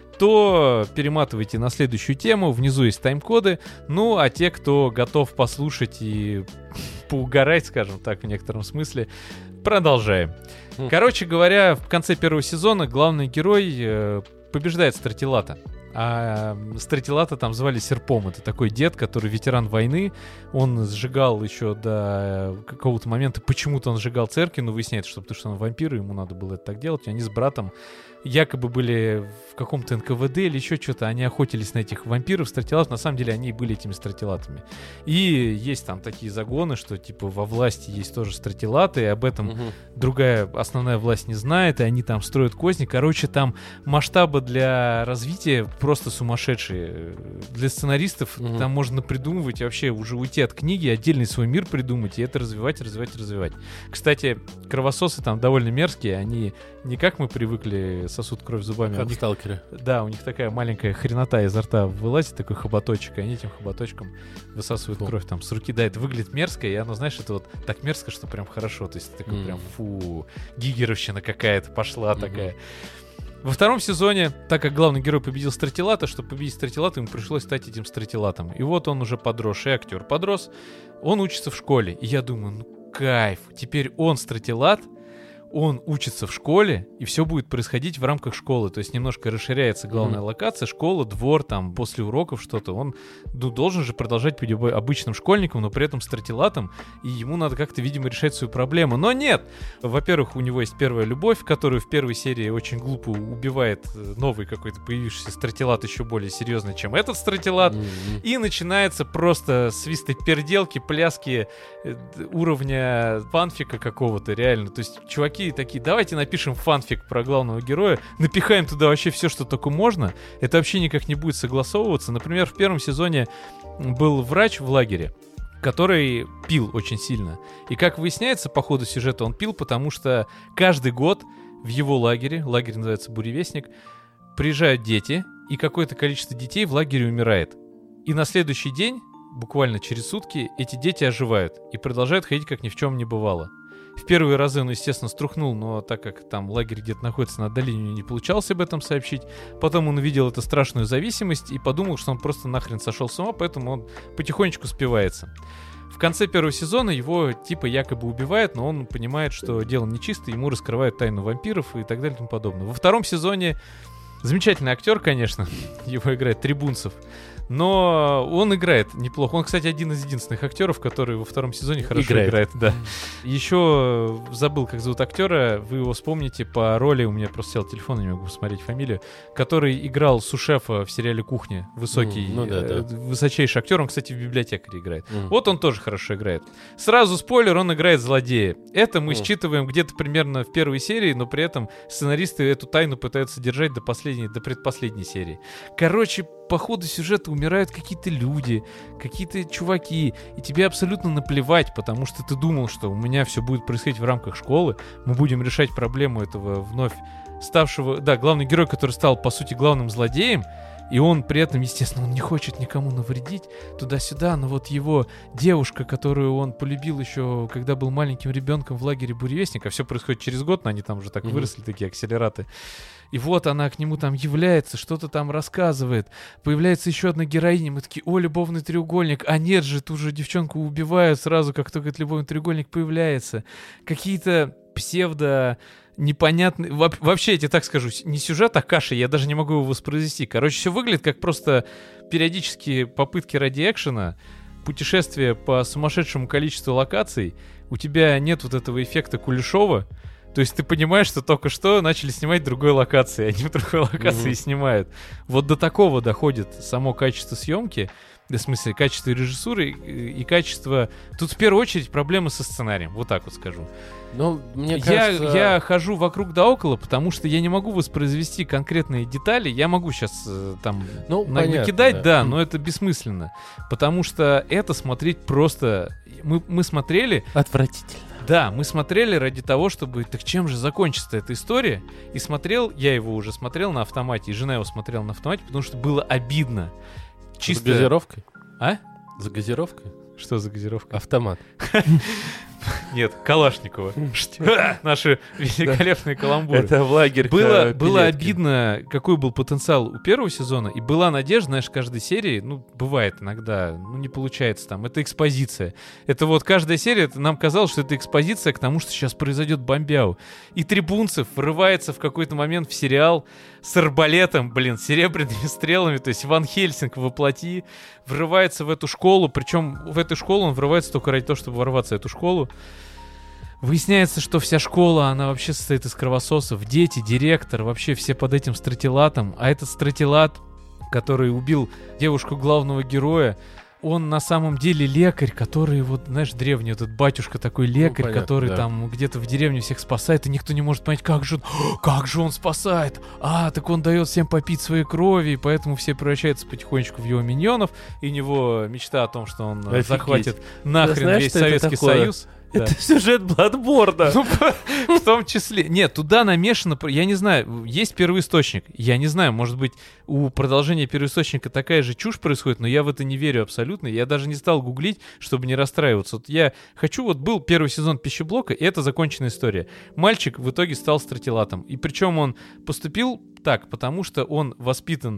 то перематывайте на следующую тему, внизу есть тайм-коды. Ну, а те, кто готов послушать и поугарать, скажем так, в некотором смысле, продолжаем. Короче говоря, в конце первого сезона главный герой э, побеждает Стратилата. А Стратилата там звали Серпом. Это такой дед, который ветеран войны. Он сжигал еще до какого-то момента. Почему-то он сжигал церкви, но выясняется, что потому что он вампир, и ему надо было это так делать. И они с братом якобы были в каком-то эн ка вэ дэ или еще что-то. Они охотились на этих вампиров, Стратилатов. На самом деле они и были этими Стратилатами. И есть там такие загоны, что типа во власти есть тоже Стратилаты, и об этом угу. другая основная власть не знает, и они там строят козни. Короче, там масштабы для развития просто сумасшедшие. Для сценаристов угу. там можно придумывать, вообще уже уйти от книги, отдельный свой мир придумать, и это развивать, развивать, развивать. Кстати, кровососы там довольно мерзкие, они не как мы привыкли сосут кровь зубами. Как у них, сталкеры. Да, у них такая маленькая хренота изо рта вылазит, такой хоботочек, и они этим хоботочком высасывают фу. кровь там с руки. Да, это выглядит мерзко, и оно, знаешь, это вот так мерзко, что прям хорошо. То есть такой mm. прям фу, гигеровщина какая-то пошла mm-hmm. такая. Во втором сезоне, так как главный герой победил Стратилата, чтобы победить Стратилата, ему пришлось стать этим Стратилатом. И вот он уже подросший актер подрос, он учится в школе. И я думаю, ну кайф, теперь он Стратилат, он учится в школе, и все будет происходить в рамках школы. То есть немножко расширяется главная mm-hmm. локация, школа, двор, там, после уроков что-то. Он ну, должен же продолжать быть обычным школьником, но при этом стратилатом, и ему надо как-то, видимо, решать свою проблему. Но нет! Во-первых, у него есть первая любовь, которую в первой серии очень глупо убивает новый какой-то появившийся стратилат, еще более серьезный, чем этот стратилат. Mm-hmm. И начинается просто свистоперделки, пляски уровня фанфика какого-то, реально. То есть чуваки такие, давайте напишем фанфик про главного героя, напихаем туда вообще все, что только можно. Это вообще никак не будет согласовываться. Например, в первом сезоне был врач в лагере, который пил очень сильно. И как выясняется по ходу сюжета, он пил, потому что каждый год в его лагере, лагерь называется «Буревестник», приезжают дети, и какое-то количество детей в лагере умирает. И на следующий день, буквально через сутки, эти дети оживают и продолжают ходить, как ни в чем не бывало. В первые разы он, естественно, струхнул, но так как там лагерь где-то находится на отдалении, не получалось об этом сообщить. Потом он увидел эту страшную зависимость и подумал, что он просто нахрен сошел с ума, поэтому он потихонечку спивается. В конце первого сезона его типа якобы убивают, но он понимает, что дело нечисто, ему раскрывают тайну вампиров и так далее и тому подобное. Во втором сезоне замечательный актер, конечно, его играет Трибунцев, но он играет неплохо. Он, кстати, один из единственных актеров, который во втором сезоне хорошо играет. играет да. Еще забыл, как зовут актера. Вы его вспомните по роли, у меня просто сел телефон, не могу посмотреть фамилию, который играл сушефа в сериале «Кухня». Высокий, mm, ну, да, э, да. высочайший актер. Он, кстати, в библиотекаре играет. Mm. Вот он тоже хорошо играет. Сразу спойлер, он играет злодея. Это мы mm. считываем где-то примерно в первой серии, но при этом сценаристы эту тайну пытаются держать до последней, до предпоследней серии. Короче, по ходу сюжета умирают какие-то люди, какие-то чуваки, и тебе абсолютно наплевать, потому что ты думал, что у меня все будет происходить в рамках школы, мы будем решать проблему этого вновь ставшего... Да, главный герой, который стал, по сути, главным злодеем, и он при этом, естественно, он не хочет никому навредить туда-сюда, но вот его девушка, которую он полюбил еще, когда был маленьким ребенком в лагере Буревестника, все происходит через год, но они там уже так mm-hmm. выросли, такие акселераты. И вот она к нему там является, что-то там рассказывает. Появляется еще одна героиня, мы такие, о, любовный треугольник. А нет же, ту же девчонку убивают сразу, как только этот любовный треугольник появляется. Какие-то псевдо... непонятный... Во- вообще, я тебе так скажу, не сюжет, а каша, я даже не могу его воспроизвести. Короче, все выглядит как просто периодические попытки ради экшена, путешествия по сумасшедшему количеству локаций. У тебя нет вот этого эффекта Кулешова. То есть ты понимаешь, что только что начали снимать в другой локации, они в другой локации mm-hmm. снимают. Вот до такого доходит само качество съемки, в смысле, качество режиссуры и, и качество... Тут в первую очередь проблемы со сценарием, вот так вот скажу. Ну, мне я, кажется... я хожу вокруг да около, потому что я не могу воспроизвести конкретные детали. Я могу сейчас э, там ну, на- понятно, накидать, да. да, но это бессмысленно. Потому что это смотреть просто... Мы, мы смотрели... Отвратительно. Да, мы смотрели ради того, чтобы... Так чем же закончится эта история? И смотрел, я его уже смотрел на автомате, и жена его смотрела на автомате, потому что было обидно. Чисто... За газировкой? А? За газировкой? Что за газировка? Автомат. Нет, Калашникова. Наши великолепные каламбуры. Это в лагерь. Было, было обидно, какой был потенциал у первого сезона, и была надежда, знаешь, каждой серии, ну, бывает иногда, ну, не получается там, это экспозиция. Это вот каждая серия, это нам казалось, что это экспозиция к тому, что сейчас произойдет бомбяу. И Трибунцев врывается в какой-то момент в сериал с арбалетом, блин, с серебряными стрелами, то есть Ван Хельсинг воплоти, врывается в эту школу, причем в эту школу он врывается только ради того, чтобы ворваться в эту школу. Выясняется, что вся школа, она вообще состоит из кровососов. Дети, директор, вообще все под этим стратилатом. А этот стратилат, который убил девушку главного героя, он на самом деле лекарь, который, вот, знаешь, древний этот батюшка такой лекарь, ну, понятно, который да. там где-то в деревне всех спасает, и никто не может понять, как же он, как же он спасает. А, так он дает всем попить своей крови, и поэтому все превращаются потихонечку в его миньонов, и у него мечта о том, что он Офигеть. захватит нахрен да, знаешь, весь Советский Союз. Это да. сюжет Бладборна. Ну, в том числе. Нет, туда намешано... Я не знаю, есть первоисточник. Я не знаю, может быть, у продолжения первоисточника такая же чушь происходит, но я в это не верю абсолютно. Я даже не стал гуглить, чтобы не расстраиваться. Вот я хочу... Вот был первый сезон «Пищеблока», и это законченная история. Мальчик в итоге стал стратилатом. И причем он поступил так, потому что он воспитан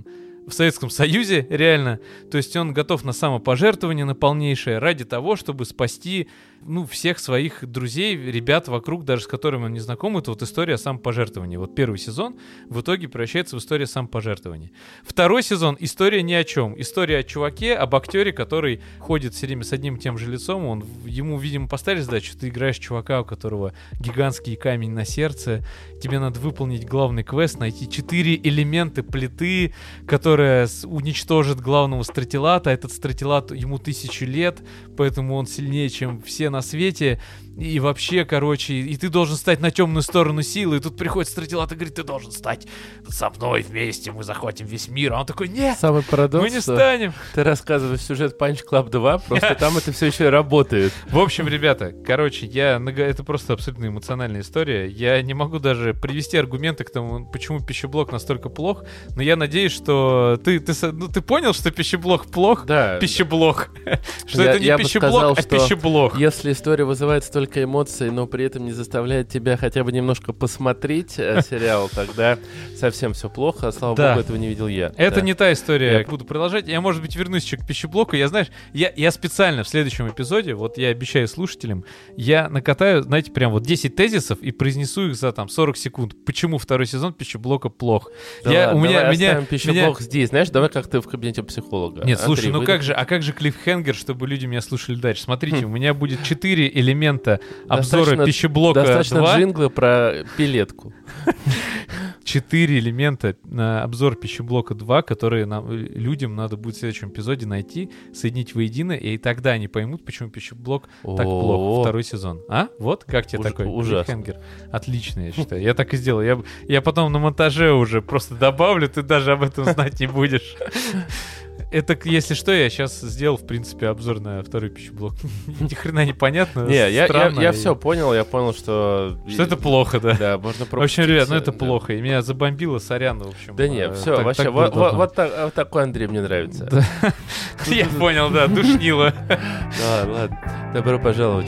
в Советском Союзе, реально. То есть он готов на самопожертвование, на полнейшее, ради того, чтобы спасти, ну, всех своих друзей, ребят вокруг, даже с которыми он не знаком. Это вот история о самопожертвовании. Вот первый сезон в итоге превращается в историю о самопожертвовании. Второй сезон — история ни о чем. История о чуваке, об актере, который ходит все время с одним и тем же лицом. Он, ему, видимо, поставили задачу: ты играешь чувака, у которого гигантский камень на сердце. Тебе надо выполнить главный квест, найти четыре элемента плиты, которая уничтожит главного стратилата. Этот стратилат, ему тысячу лет, поэтому он сильнее, чем все на свете. И вообще, короче, и ты должен стать на темную сторону силы. И тут приходит стратилат и говорит: ты должен стать со мной вместе, мы захватим весь мир. А он такой: нет, самый парадокс, мы не станем. Ты рассказываешь сюжет Punch Club два, просто там это все еще и работает. В общем, ребята, короче, я это просто абсолютно эмоциональная история. Я не могу даже привести аргументы к тому, почему пищеблок настолько плох, но я надеюсь, что ты, ты, ну, ты понял, что пищеблок плох? Да. Пищеблок. Что Я- это не я бы пищеблок, сказал, а что пищеблок. Если история вызывает столько эмоций, но при этом не заставляет тебя хотя бы немножко посмотреть э, сериал, тогда совсем все плохо. Слава Да. богу, этого не видел я. Это Да. не та история. Я- Я буду продолжать. Я, может быть, вернусь еще к пищеблоку. Я, знаешь, я, я специально в следующем эпизоде, вот я обещаю слушателям, я накатаю, знаете, прям вот десять тезисов и произнесу их за там сорок секунд. Почему второй сезон пищеблока плох? Да я, ладно, у меня, давай меня, оставим пищеблок меня- здесь. Знаешь, давай как ты в кабинете психолога. Нет, слушай, Андрей, ну выйди. как же, а как же клиффхенгер, чтобы люди меня слушали дальше? Смотрите, у меня будет четыре элемента обзора Достаточно- пищеблока Достаточно два. джингла про пилетку. Четыре элемента на обзор пищеблока два, которые нам, э, людям надо будет в следующем эпизоде найти, соединить воедино, и тогда они поймут, почему пищеблок так О. плох. Второй сезон. А? Вот? Как тебе Уж- такой ужасно. клиффхенгер? Отлично, я считаю. Я так и сделаю. Я, б- я потом на монтаже уже просто добавлю, ты даже об этом знать не будешь. Это, если что, я сейчас сделал, в принципе, обзор на второй пищеблок. Ни хрена не понятно. Не, я, я, странно, я и- все понял, я понял, что... Что это плохо, да. Да, можно В общем, ребят, ну это да. плохо. И меня забомбило, сорян, в общем. Да не, Э, все, так- вообще, так вот, было вот- должно вот так- вот такой Андрей мне нравится. Да. Я понял, да, душнило. Да, ладно, добро пожаловать.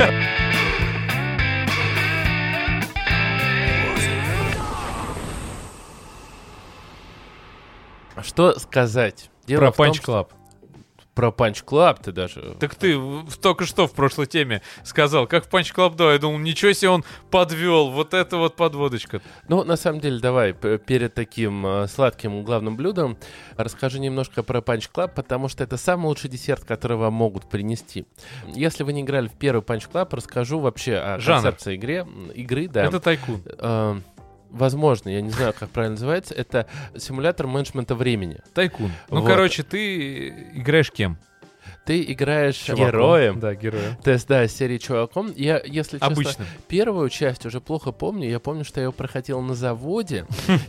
Что сказать? Дело Про в том, Punch что- Club. Про Punch Club ты даже... Так ты в- только что в прошлой теме сказал, как в Punch Club два. Я думал, ничего себе он подвел. Вот это вот подводочка. Ну, на самом деле, давай п- перед таким э, сладким главным блюдом расскажи немножко про Punch Club, потому что это самый лучший десерт, который вам могут принести. Если вы не играли в первый Punch Club, расскажу вообще о Жанр. концепции игре, игры, да. Это тайкун. Э, возможно, я не знаю, как правильно называется, это симулятор менеджмента времени. Тайкун. Ну, Вот. короче, ты играешь кем? Ты играешь Чуваком. героем. Да, героем. То есть, да, серии чуваком. Я, если честно, Обычным. первую часть уже плохо помню. Я помню, что я ее проходил на заводе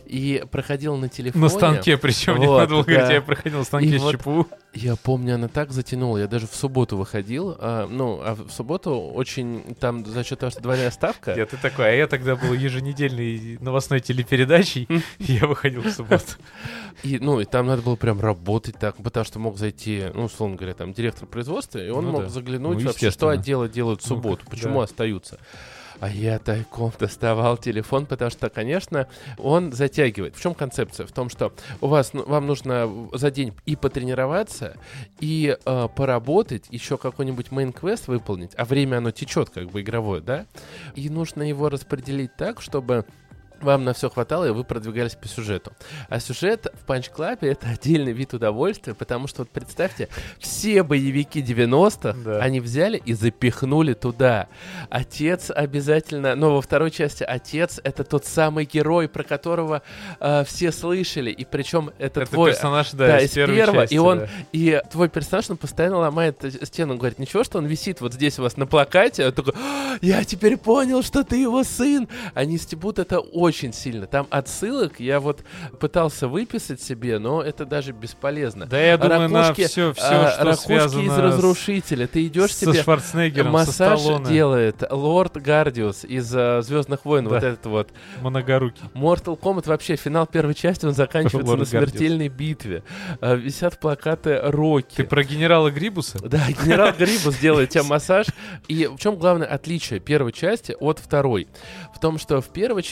и проходил на телефоне. На станке, причем не Вот, надо было говорить, да. я проходил на станке И с вот ЧПУ. Я помню, она так затянула. Я даже в субботу выходил. а, ну, а в субботу очень там за счет того, что двойная ставка. Нет, ты такой, а я тогда был еженедельной новостной телепередачей, и я выходил в субботу. И, ну, и там надо было прям работать так, потому что мог зайти, ну, условно говоря, там, директор производства, и он Ну мог да. заглянуть Ну, вообще, что естественно. отделы делают в Ну, субботу, как- почему да. остаются. А я тайком доставал телефон, потому что, конечно, он затягивает. В чем концепция? В том, что у вас, ну, вам нужно за день и потренироваться, и э, поработать, еще какой-нибудь мейн-квест выполнить, а время оно течет, как бы игровое, да? И нужно его распределить так, чтобы вам на все хватало, и вы продвигались по сюжету. А сюжет в Punch Club — это отдельный вид удовольствия, потому что, вот представьте, все боевики девяностых, Да. они взяли и запихнули туда. Отец обязательно, но во второй части отец — это тот самый герой, про которого э, все слышали, и причем это, Это твой... персонаж, да, Да, из из первой первого, части, и он, да. и твой персонаж, он постоянно ломает э, стену, он говорит, ничего, что он висит вот здесь у вас на плакате, он такой: «А, я теперь понял, что ты его сын. Они стебут это очень сильно. Там отсылок я вот пытался выписать себе, но это даже бесполезно. Да, я думаю, на Ракушки, все, все, а, что ракушки связано из с- Разрушителя. Ты идешь со себе... Шварценеггером, со Массаж Сталлоне. делает Лорд Гардиус из uh, Звездных войн, Да. вот этот вот. Многорукий. Mortal Kombat вообще, финал первой части, он заканчивается Лорд на смертельной битве. А, висят плакаты Рокки. Ты про генерала Грибуса? Да, генерал Грибус делает тебе массаж. И в чем главное отличие первой части от второй? В том, что в первой части оно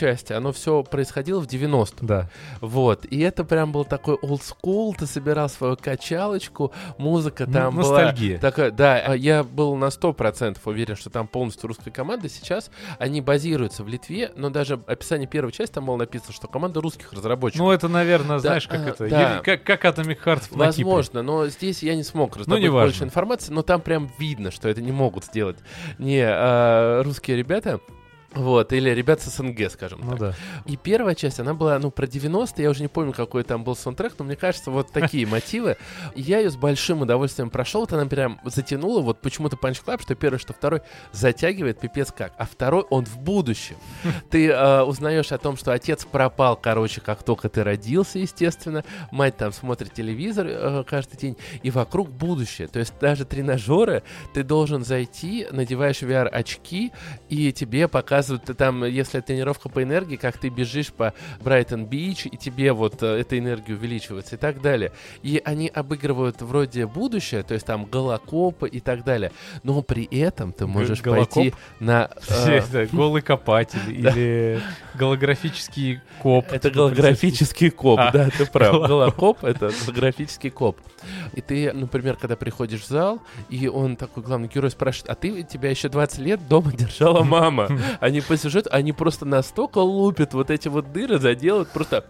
оно все происходило в девяностых. Да. Вот. И это прям был такой old school, ты собирал свою качалочку, музыка там Ну, была... ностальгия. Такая, да, я был на сто процентов уверен, что там полностью русская команда. Сейчас они базируются в Литве, но даже описание первой части там было написано, что команда русских разработчиков. Ну, это, наверное, Да, знаешь, как а, это, да. Юрий- как, как Atomic Heart на Кипре. Возможно, но здесь я не смог раздобыть неважно. больше информации, но там прям видно, что это не могут сделать не а, русские ребята. Вот, или ребят с СНГ, скажем Ну так. да. И первая часть, она была, ну, про девяностые, я уже не помню, какой там был саундтрек, но мне кажется, вот такие мотивы. И я ее с большим удовольствием прошел, вот она прям затянула, вот почему-то Punch Club, что первый, что второй, затягивает пипец как, а второй, он в будущем. Ты э, узнаешь о том, что отец пропал, короче, как только ты родился, естественно, мать там смотрит телевизор э, каждый день, и вокруг будущее. То есть даже тренажеры ты должен зайти, надеваешь ви ар-очки, и тебе показывают, ты там, если тренировка по энергии, как ты бежишь по Брайтон-Бич, и тебе вот э, эта энергия увеличивается и так далее. И они обыгрывают вроде будущее, то есть там голокопы и так далее, но при этом ты можешь голокоп? пойти на... э, Это голый копатель или голографический коп. Это типа голографический коп, А, да, ты прав. голокоп. Голокоп — это голографический коп. И ты, например, когда приходишь в зал, и он такой, главный герой, спрашивает, а ты, тебя еще двадцать лет дома держала мама? Они по сюжету, они просто настолько лупят вот эти вот дыры, заделают просто...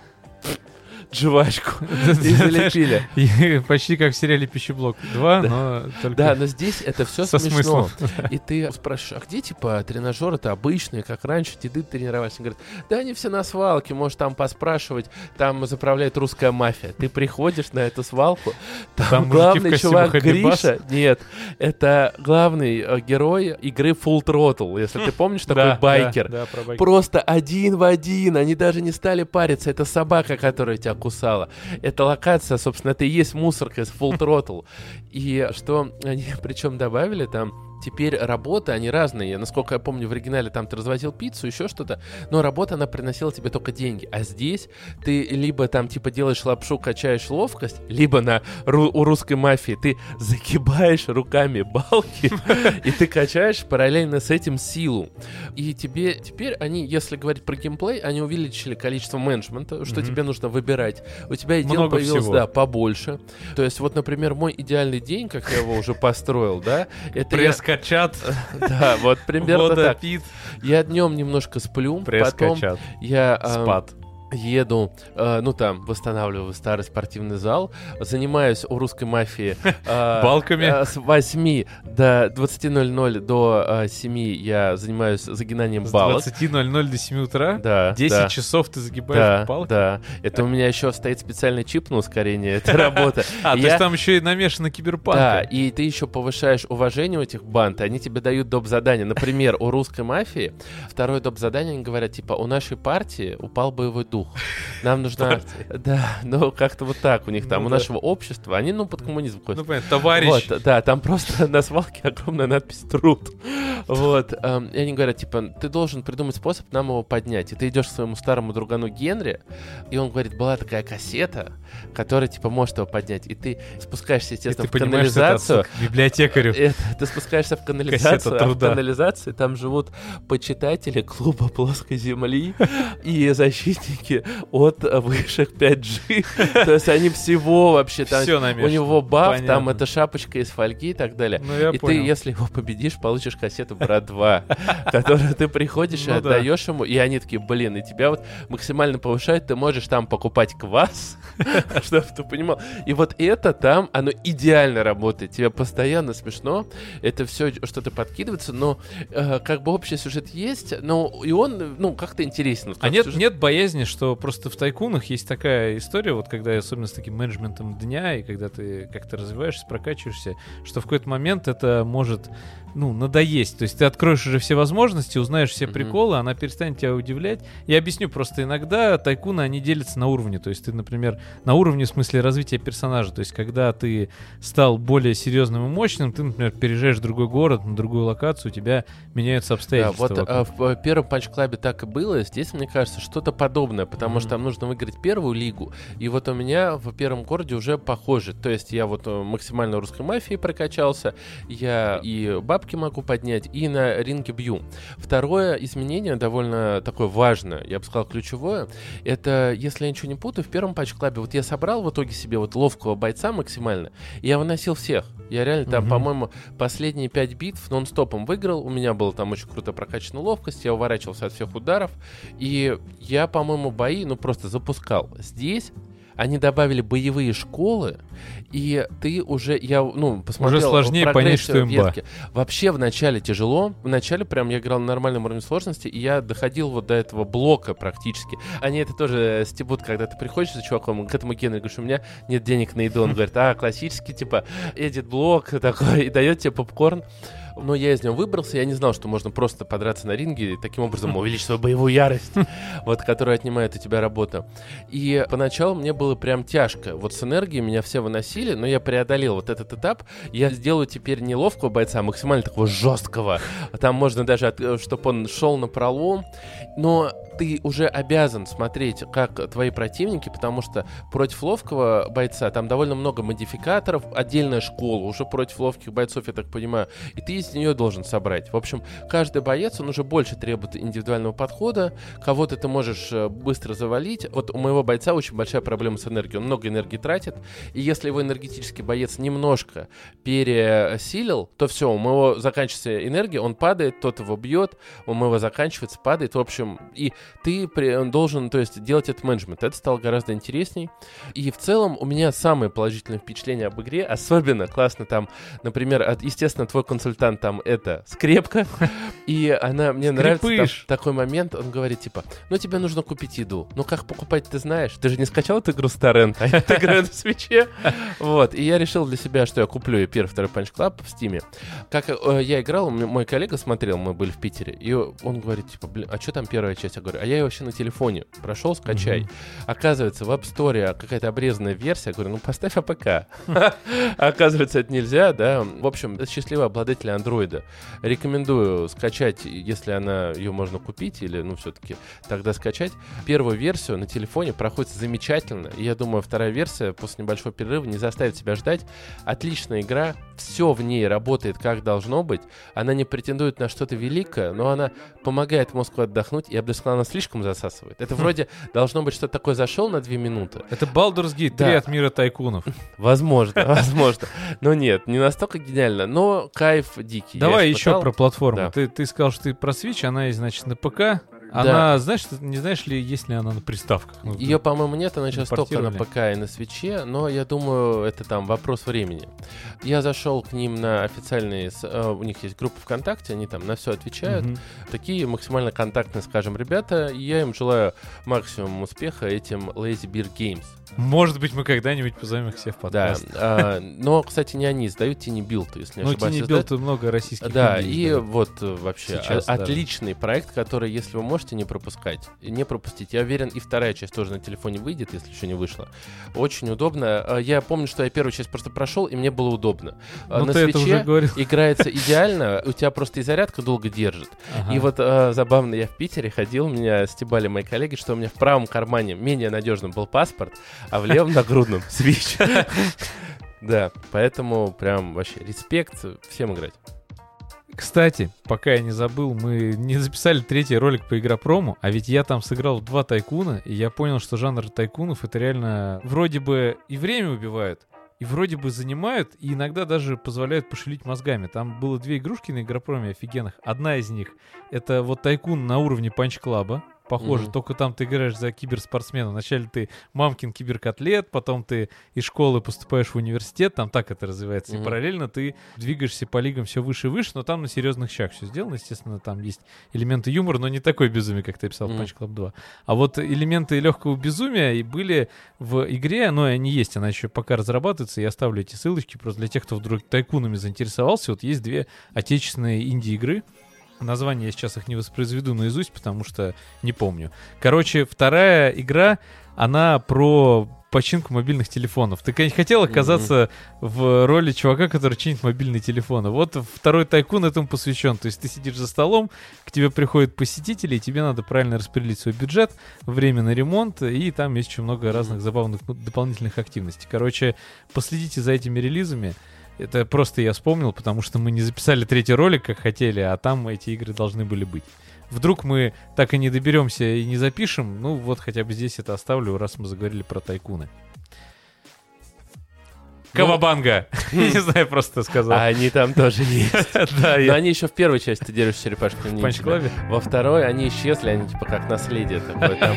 жвачку и залепили. И почти как в сериале «Пищеблок два», Да. но только Да, но здесь это все со смешно. смыслом. И ты спрашиваешь, а где, типа, тренажеры-то обычные, как раньше, деды тренировались? Они говорят, да они все на свалке, можешь там поспрашивать, там заправляет русская мафия. Ты приходишь на эту свалку, там, Там мужики в главный костюмах чувак Хабибас? Гриша, нет, это главный э, герой игры Full Throttle, если ты помнишь, такой Да, байкер. да, да, про байкер. Просто один в один, они даже не стали париться, это собака, которая тебя кусала. Это локация, собственно, это и есть мусорка из Full Throttle. И что они причем добавили там, теперь работы, они разные. Насколько я помню, в оригинале там ты развозил пиццу, еще что-то, но работа, она приносила тебе только деньги. А здесь ты либо там типа делаешь лапшу, качаешь ловкость, либо на ру- у русской мафии ты загибаешь руками балки, и ты качаешь параллельно с этим силу. И тебе теперь они, если говорить про геймплей, они увеличили количество менеджмента, что тебе нужно выбирать. У тебя и дел Много появилось, всего. да, побольше. То есть вот, например, мой идеальный день, как я его уже построил, да, это я... Пресс-качат, Да, вот примерно так. водопит, Я днем немножко сплю, потом пресс-качат, я а, спад. еду, э, ну там, восстанавливаю старый спортивный зал, занимаюсь у русской мафии э, Балками? э, с восьми до двадцати ноль-ноль до э, семи я занимаюсь загинанием С балок. двадцати ноль-ноль до семи утра? Да, десять да. часов ты загибаешь Да, палки? да. Это у меня еще стоит специальный чип на ускорение этой работы. А, И то я- есть там еще и намешано Да, киберпанка. и ты еще повышаешь уважение у этих банд, и они тебе дают доп. Задания. Например, у русской мафии второе доп. Задание, они говорят, типа, у нашей партии упал боевой дух. Нам нужна... Да, ну как-то вот так у них там, Ну у да. нашего общества, они, ну, под коммунизм ходят. Ну, понятно, товарищ. Вот, да, там просто на свалке огромная надпись «Труд». Вот, эм, и они говорят, типа, ты должен придумать способ нам его поднять. И ты идешь к своему старому другану Генри, и он говорит, была такая кассета, которая, типа, может его поднять. И ты спускаешься, И естественно, ты в понимаешь, что это канализацию. отсылка к библиотекарю. Это, ты спускаешься в канализацию, Кассета а в труда. канализации там живут почитатели клуба плоской земли и защитники от высших пять джи. То есть они всего вообще там... Все У намешано. него баф, там Понятно. эта шапочка из фольги и так далее. Ну, я И понял. ты, если его победишь, получишь кассету «Брат два», которую ты приходишь и Ну да. отдаешь ему, и они такие, блин, и тебя вот максимально повышают, ты можешь там покупать квас, чтобы ты понимал. И вот это там, оно идеально работает, тебе постоянно смешно, это все что-то подкидывается, но э, как бы общий сюжет есть, но и он, ну, как-то интересен. А нет, нет боязни, что просто в тайкунах есть такая история, вот когда особенно с таким менеджментом дня, и когда ты как-то развиваешься, прокачиваешься, что в какой-то момент это может, ну, надоесть. То есть ты откроешь уже все возможности, узнаешь все Мгм. приколы, она перестанет тебя удивлять. Я объясню, просто иногда тайкуны, они делятся на уровне. То есть ты, например, на уровне в смысле развития персонажа. То есть когда ты стал более серьезным и мощным, ты, например, переезжаешь в другой город, на другую локацию, у тебя меняются Да, обстоятельства. вот вокруг. а, в э, первом панч-клабе так и было. Здесь, мне кажется, что-то подобное, потому Мгм. что там нужно выиграть первую лигу. И вот у меня в первом городе уже похоже. То есть я вот э, максимально русской мафией прокачался, я и бабки бабки могу поднять и на ринге бью. Второе изменение, довольно такое важное, я бы сказал, ключевое, это, если я ничего не путаю, в первом панч-клабе вот я собрал в итоге себе вот ловкого бойца максимально, и я выносил всех. Я реально там, mm-hmm. по-моему, последние пять битв нон-стопом выиграл. У меня была там очень круто прокачана ловкость, я уворачивался от всех ударов. И я, по-моему, бои, ну, просто запускал. Здесь они добавили боевые школы, и ты уже, я, ну, посмотрел... Уже сложнее понять, что имба. Вообще в начале тяжело. В начале прям я играл на нормальном уровне сложности, и я доходил вот до этого блока практически. Они это тоже стебут, когда ты приходишь за чуваком, к этому Гену, и говоришь, у меня нет денег на еду. Он говорит, а, классический, типа, эдит-блок такой, и дает тебе попкорн. Но я из него выбрался, я не знал, что можно просто подраться на ринге и таким образом увеличить свою боевую ярость, вот, которая отнимает у тебя работу. И поначалу мне было прям тяжко. Вот с энергией меня все выносили, но я преодолел вот этот этап. Я сделаю теперь не ловкого бойца, а максимально такого жесткого. Там можно даже, чтобы он шел на пролом. Но ты уже обязан смотреть, как твои противники, потому что против ловкого бойца там довольно много модификаторов, отдельная школа уже против ловких бойцов, я так понимаю, и ты из нее должен собрать. В общем, каждый боец, он уже больше требует индивидуального подхода, кого-то ты можешь быстро завалить. Вот у моего бойца очень большая проблема с энергией, он много энергии тратит, и если его энергетический боец немножко пересилил, то все, у моего заканчивается энергия, он падает, тот его бьет, у моего заканчивается, падает, в общем, и ты при, должен, то есть, делать этот менеджмент. Это стало гораздо интересней. И в целом у меня самое положительное впечатление об игре. Особенно классно там, например, от, естественно, твой консультант там это скрепка. И она, мне нравится там, такой момент, он говорит, типа, ну тебе нужно купить еду. Ну как покупать, ты знаешь? Ты же не скачал эту игру Старрент, а я играю на свитче. Вот. И я решил для себя, что я куплю первый, второй Punch Club в Стиме. Как э, я играл, мой коллега смотрел, мы были в Питере, и он говорит, типа, блин, а что там первая часть? Я говорю, а я ее вообще на телефоне прошел, скачай. Mm-hmm. Оказывается, в App Store какая-то обрезанная версия. Я говорю, ну поставь АПК. Оказывается, это нельзя, да. В общем, счастливый обладатель андроида. Рекомендую скачать, если она ее можно купить, или, ну, все-таки тогда скачать. Первую версию на телефоне проходит замечательно. И я думаю, вторая версия после небольшого перерыва не заставит себя ждать. Отличная игра. Все в ней работает как должно быть. Она не претендует на что-то великое, но она помогает мозгу отдохнуть. Я бы сказал, она слишком засасывает. Это вроде должно быть что-то такое, зашел на две минуты. Это Baldur's Gate три от мира тайкунов. Возможно, возможно. Но нет, не настолько гениально, но кайф дикий. Давай еще про платформу. Да. Ты, ты сказал, что ты про Switch, она есть, значит, на ПК. Она, да. знаешь, не знаешь ли, есть ли она на приставках? Ну, ее, по-моему, нет, она сейчас только на ПК и на Свитче, но я думаю, это там вопрос времени. Я зашел к ним на официальные, у них есть группа ВКонтакте, они там на все отвечают. Mm-hmm. Такие максимально контактные, скажем, ребята, и я им желаю максимум успеха этим Lazy Bear Games. Может быть, мы когда-нибудь позовем их все в подкаст. Да, а, но, кстати, не они издают Tiny Build, если не ну, ошибаюсь. Ну, Tiny Build много российских Да, людей, и да. вот вообще Сейчас, а, отличный да. проект, который, если вы можете не пропускать, не пропустить. Я уверен, и вторая часть тоже на телефоне выйдет, если еще не вышла. Очень удобно. Я помню, что я первую часть просто прошел, и мне было удобно. Ну, на Свитче играется идеально, у тебя просто и зарядка долго держит. Ага. И вот а, забавно, я в Питере ходил, меня стебали мои коллеги, что у меня в правом кармане менее надежным был паспорт, а в левом нагрудном Switch. Да, поэтому прям вообще респект всем играть. Кстати, пока я не забыл, мы не записали третий ролик по Игропрому, а ведь я там сыграл в два тайкуна, и я понял, что жанр тайкунов это реально вроде бы и время убивают, и вроде бы занимают, и иногда даже позволяют пошевелить мозгами. Там было две игрушки на Игропроме офигенных. Одна из них — это вот тайкун на уровне панч-клаба. Похоже, mm-hmm. только там ты играешь за киберспортсмена. Вначале ты мамкин киберкотлет, потом ты из школы поступаешь в университет, там так это развивается. Mm-hmm. И параллельно ты двигаешься по лигам все выше и выше, но там на серьезных щах все сделано. Естественно, там есть элементы юмора, но не такой безумие, как ты описал mm-hmm. в Punch Club два. А вот элементы легкого безумия и были в игре, но они есть, она еще пока разрабатывается. Я оставлю эти ссылочки просто для тех, кто вдруг тайкунами заинтересовался. Вот есть две отечественные инди-игры. Название я сейчас их не воспроизведу наизусть, потому что не помню. Короче, вторая игра, она про починку мобильных телефонов. Ты, конечно, хотел оказаться mm-hmm. в роли чувака, который чинит мобильные телефоны. Вот второй тайкун этому посвящен. То есть ты сидишь за столом, к тебе приходят посетители, и тебе надо правильно распределить свой бюджет, время на ремонт, и там есть очень много разных забавных дополнительных активностей. Короче, последите за этими релизами. Это просто я вспомнил, потому что мы не записали третий ролик, как хотели, а там эти игры должны были быть. Вдруг мы так и не доберемся и не запишем, ну вот хотя бы здесь это оставлю, раз мы заговорили про тайкуны. Кавабанга! Не знаю, просто сказал. А они там тоже есть. Да, Но я... они еще в первой части «Ты держишь черепашку ниндзя». В Панч-клабе? Во второй они исчезли, они типа как наследие такое там.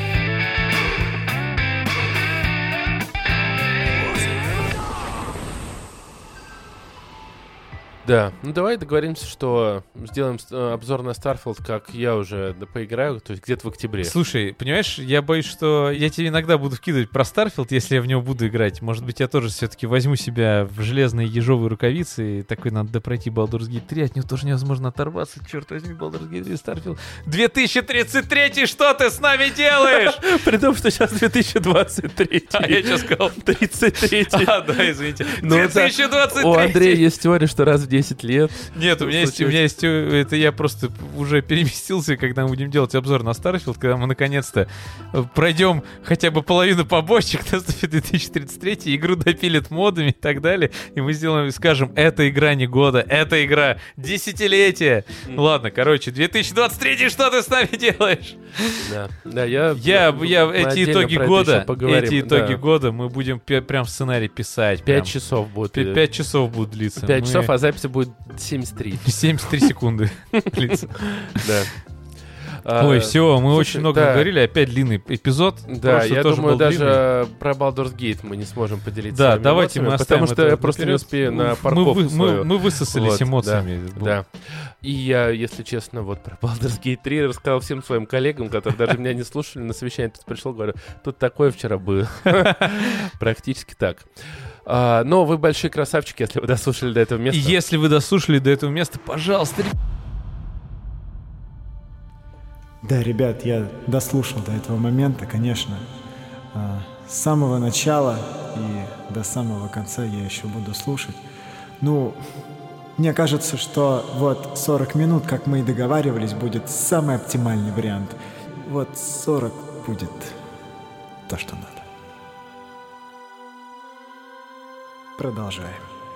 Да, ну давай договоримся, что сделаем э, обзор на Starfield, как я уже да, поиграю, то есть где-то в октябре. Слушай, понимаешь, я боюсь, что я тебе иногда буду вкидывать про Starfield, если я в него буду играть. Может быть, я тоже все-таки возьму себя в железные ежовые рукавицы, и такой надо допройти Baldur's Gate три, от него тоже невозможно оторваться. Черт возьми, Baldur's Gate три, Starfield. две тысячи тридцать третий, что ты с нами делаешь? При том, что сейчас две тысячи двадцать третий. А я что сказал? тридцать третий. А, да, извините. Ну, две тысячи двадцать третий. У Андрея есть теория, что раз в десять лет. Нет, у меня есть, у меня есть, это я просто уже переместился, когда мы будем делать обзор на Starfield, когда мы наконец-то пройдем хотя бы половину побочек, наступит две тысячи тридцать третий, игру допилят модами и так далее, и мы сделаем и скажем, эта игра не года, эта игра десятилетия. Mm. Ладно, короче, две тысячи двадцать третий, что ты с нами делаешь? Да, да, я... Я, я эти итоги года, эти итоги да. года мы будем п- прям сценарий писать. Пять часов будет. Пять часов будут длиться. Пять мы... часов, а запись будет семьдесят три. семьдесят три секунды длится. Да. Ой, а, все, мы слушай, очень много да. говорили, опять длинный эпизод. Да, я думаю, даже длинный. про Baldur's Gate мы не сможем поделиться. Да, давайте мы оставим потому что это я просто наперед. не успею на парковку мы, вы, свою. мы, мы высосались вот, эмоциями. Да, да. И я, если честно, вот про Baldur's Gate три рассказал всем своим коллегам, которые даже меня не слушали, на совещание тут пришел, говорю, тут такое вчера было. Практически так. Но вы большие красавчики, если вы дослушали до этого места. И если вы дослушали до этого места, пожалуйста, Да, ребят, я дослушал до этого момента, конечно. С самого начала и до самого конца я еще буду слушать. Ну, мне кажется, что вот сорок минут, как мы и договаривались, будет самый оптимальный вариант. Вот сорок будет то, что надо. Продолжаем.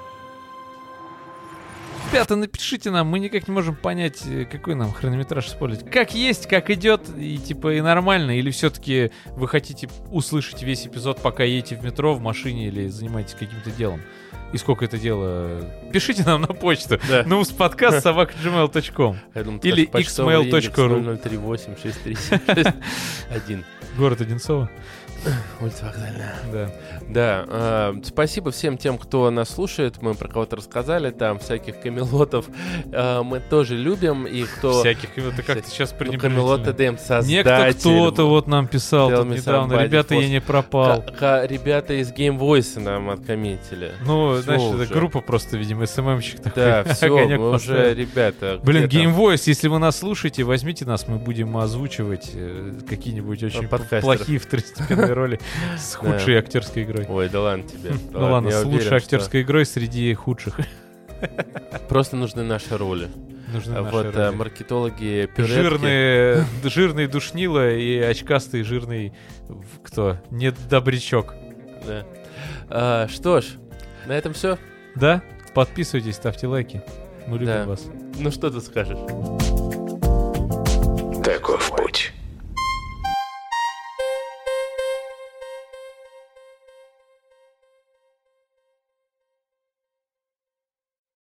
Ребята, напишите нам, мы никак не можем понять, какой нам хронометраж использовать. Как есть, как идет, и типа и нормально, или все-таки вы хотите услышать весь эпизод, пока едете в метро, в машине, или занимаетесь каким-то делом. И сколько это дело? Пишите нам на почту. Да. Ну, с подкаст собака джи мейл точка ком или икс мейл точка ру. ноль три восемь шесть три семь шесть один. Город Одинцово. Улица Вокзальная. Да. Да. Э, спасибо всем тем, кто нас слушает. Мы про кого-то рассказали. Там всяких камелотов э, мы тоже любим. И кто... Всяких. Это как-то сейчас ну, пренебрежительно. Камелот ТДМ создатель. Некто кто-то вот нам писал тут Tell me недавно. somebody Ребята, was- я не пропал. Ка- ка- ребята из Game Voice нам откомментили. Ну, Всё знаешь, уже. это группа просто, видимо, эс эм эм-щик такой. Да, все, огонек мы поставил. уже, ребята. Блин, где там? Game Voice, если вы нас слушаете, возьмите нас, мы будем озвучивать э, какие-нибудь очень подкастеров. плохие второстепенные роли с худшей актерской игрой. Ой, да ладно тебе. Да Ну ладно, я с уверен, лучшей что актерской игрой среди худших. Просто нужны наши роли. Нужны наши Вот э, роли. маркетологи пюретки. Жирные, жирный душнило и очкастый жирный в- кто? Недобрячок. Да. А, что ж, на этом все. Да? Подписывайтесь, ставьте лайки. Мы любим Да. вас. Ну что ты скажешь? Таков путь.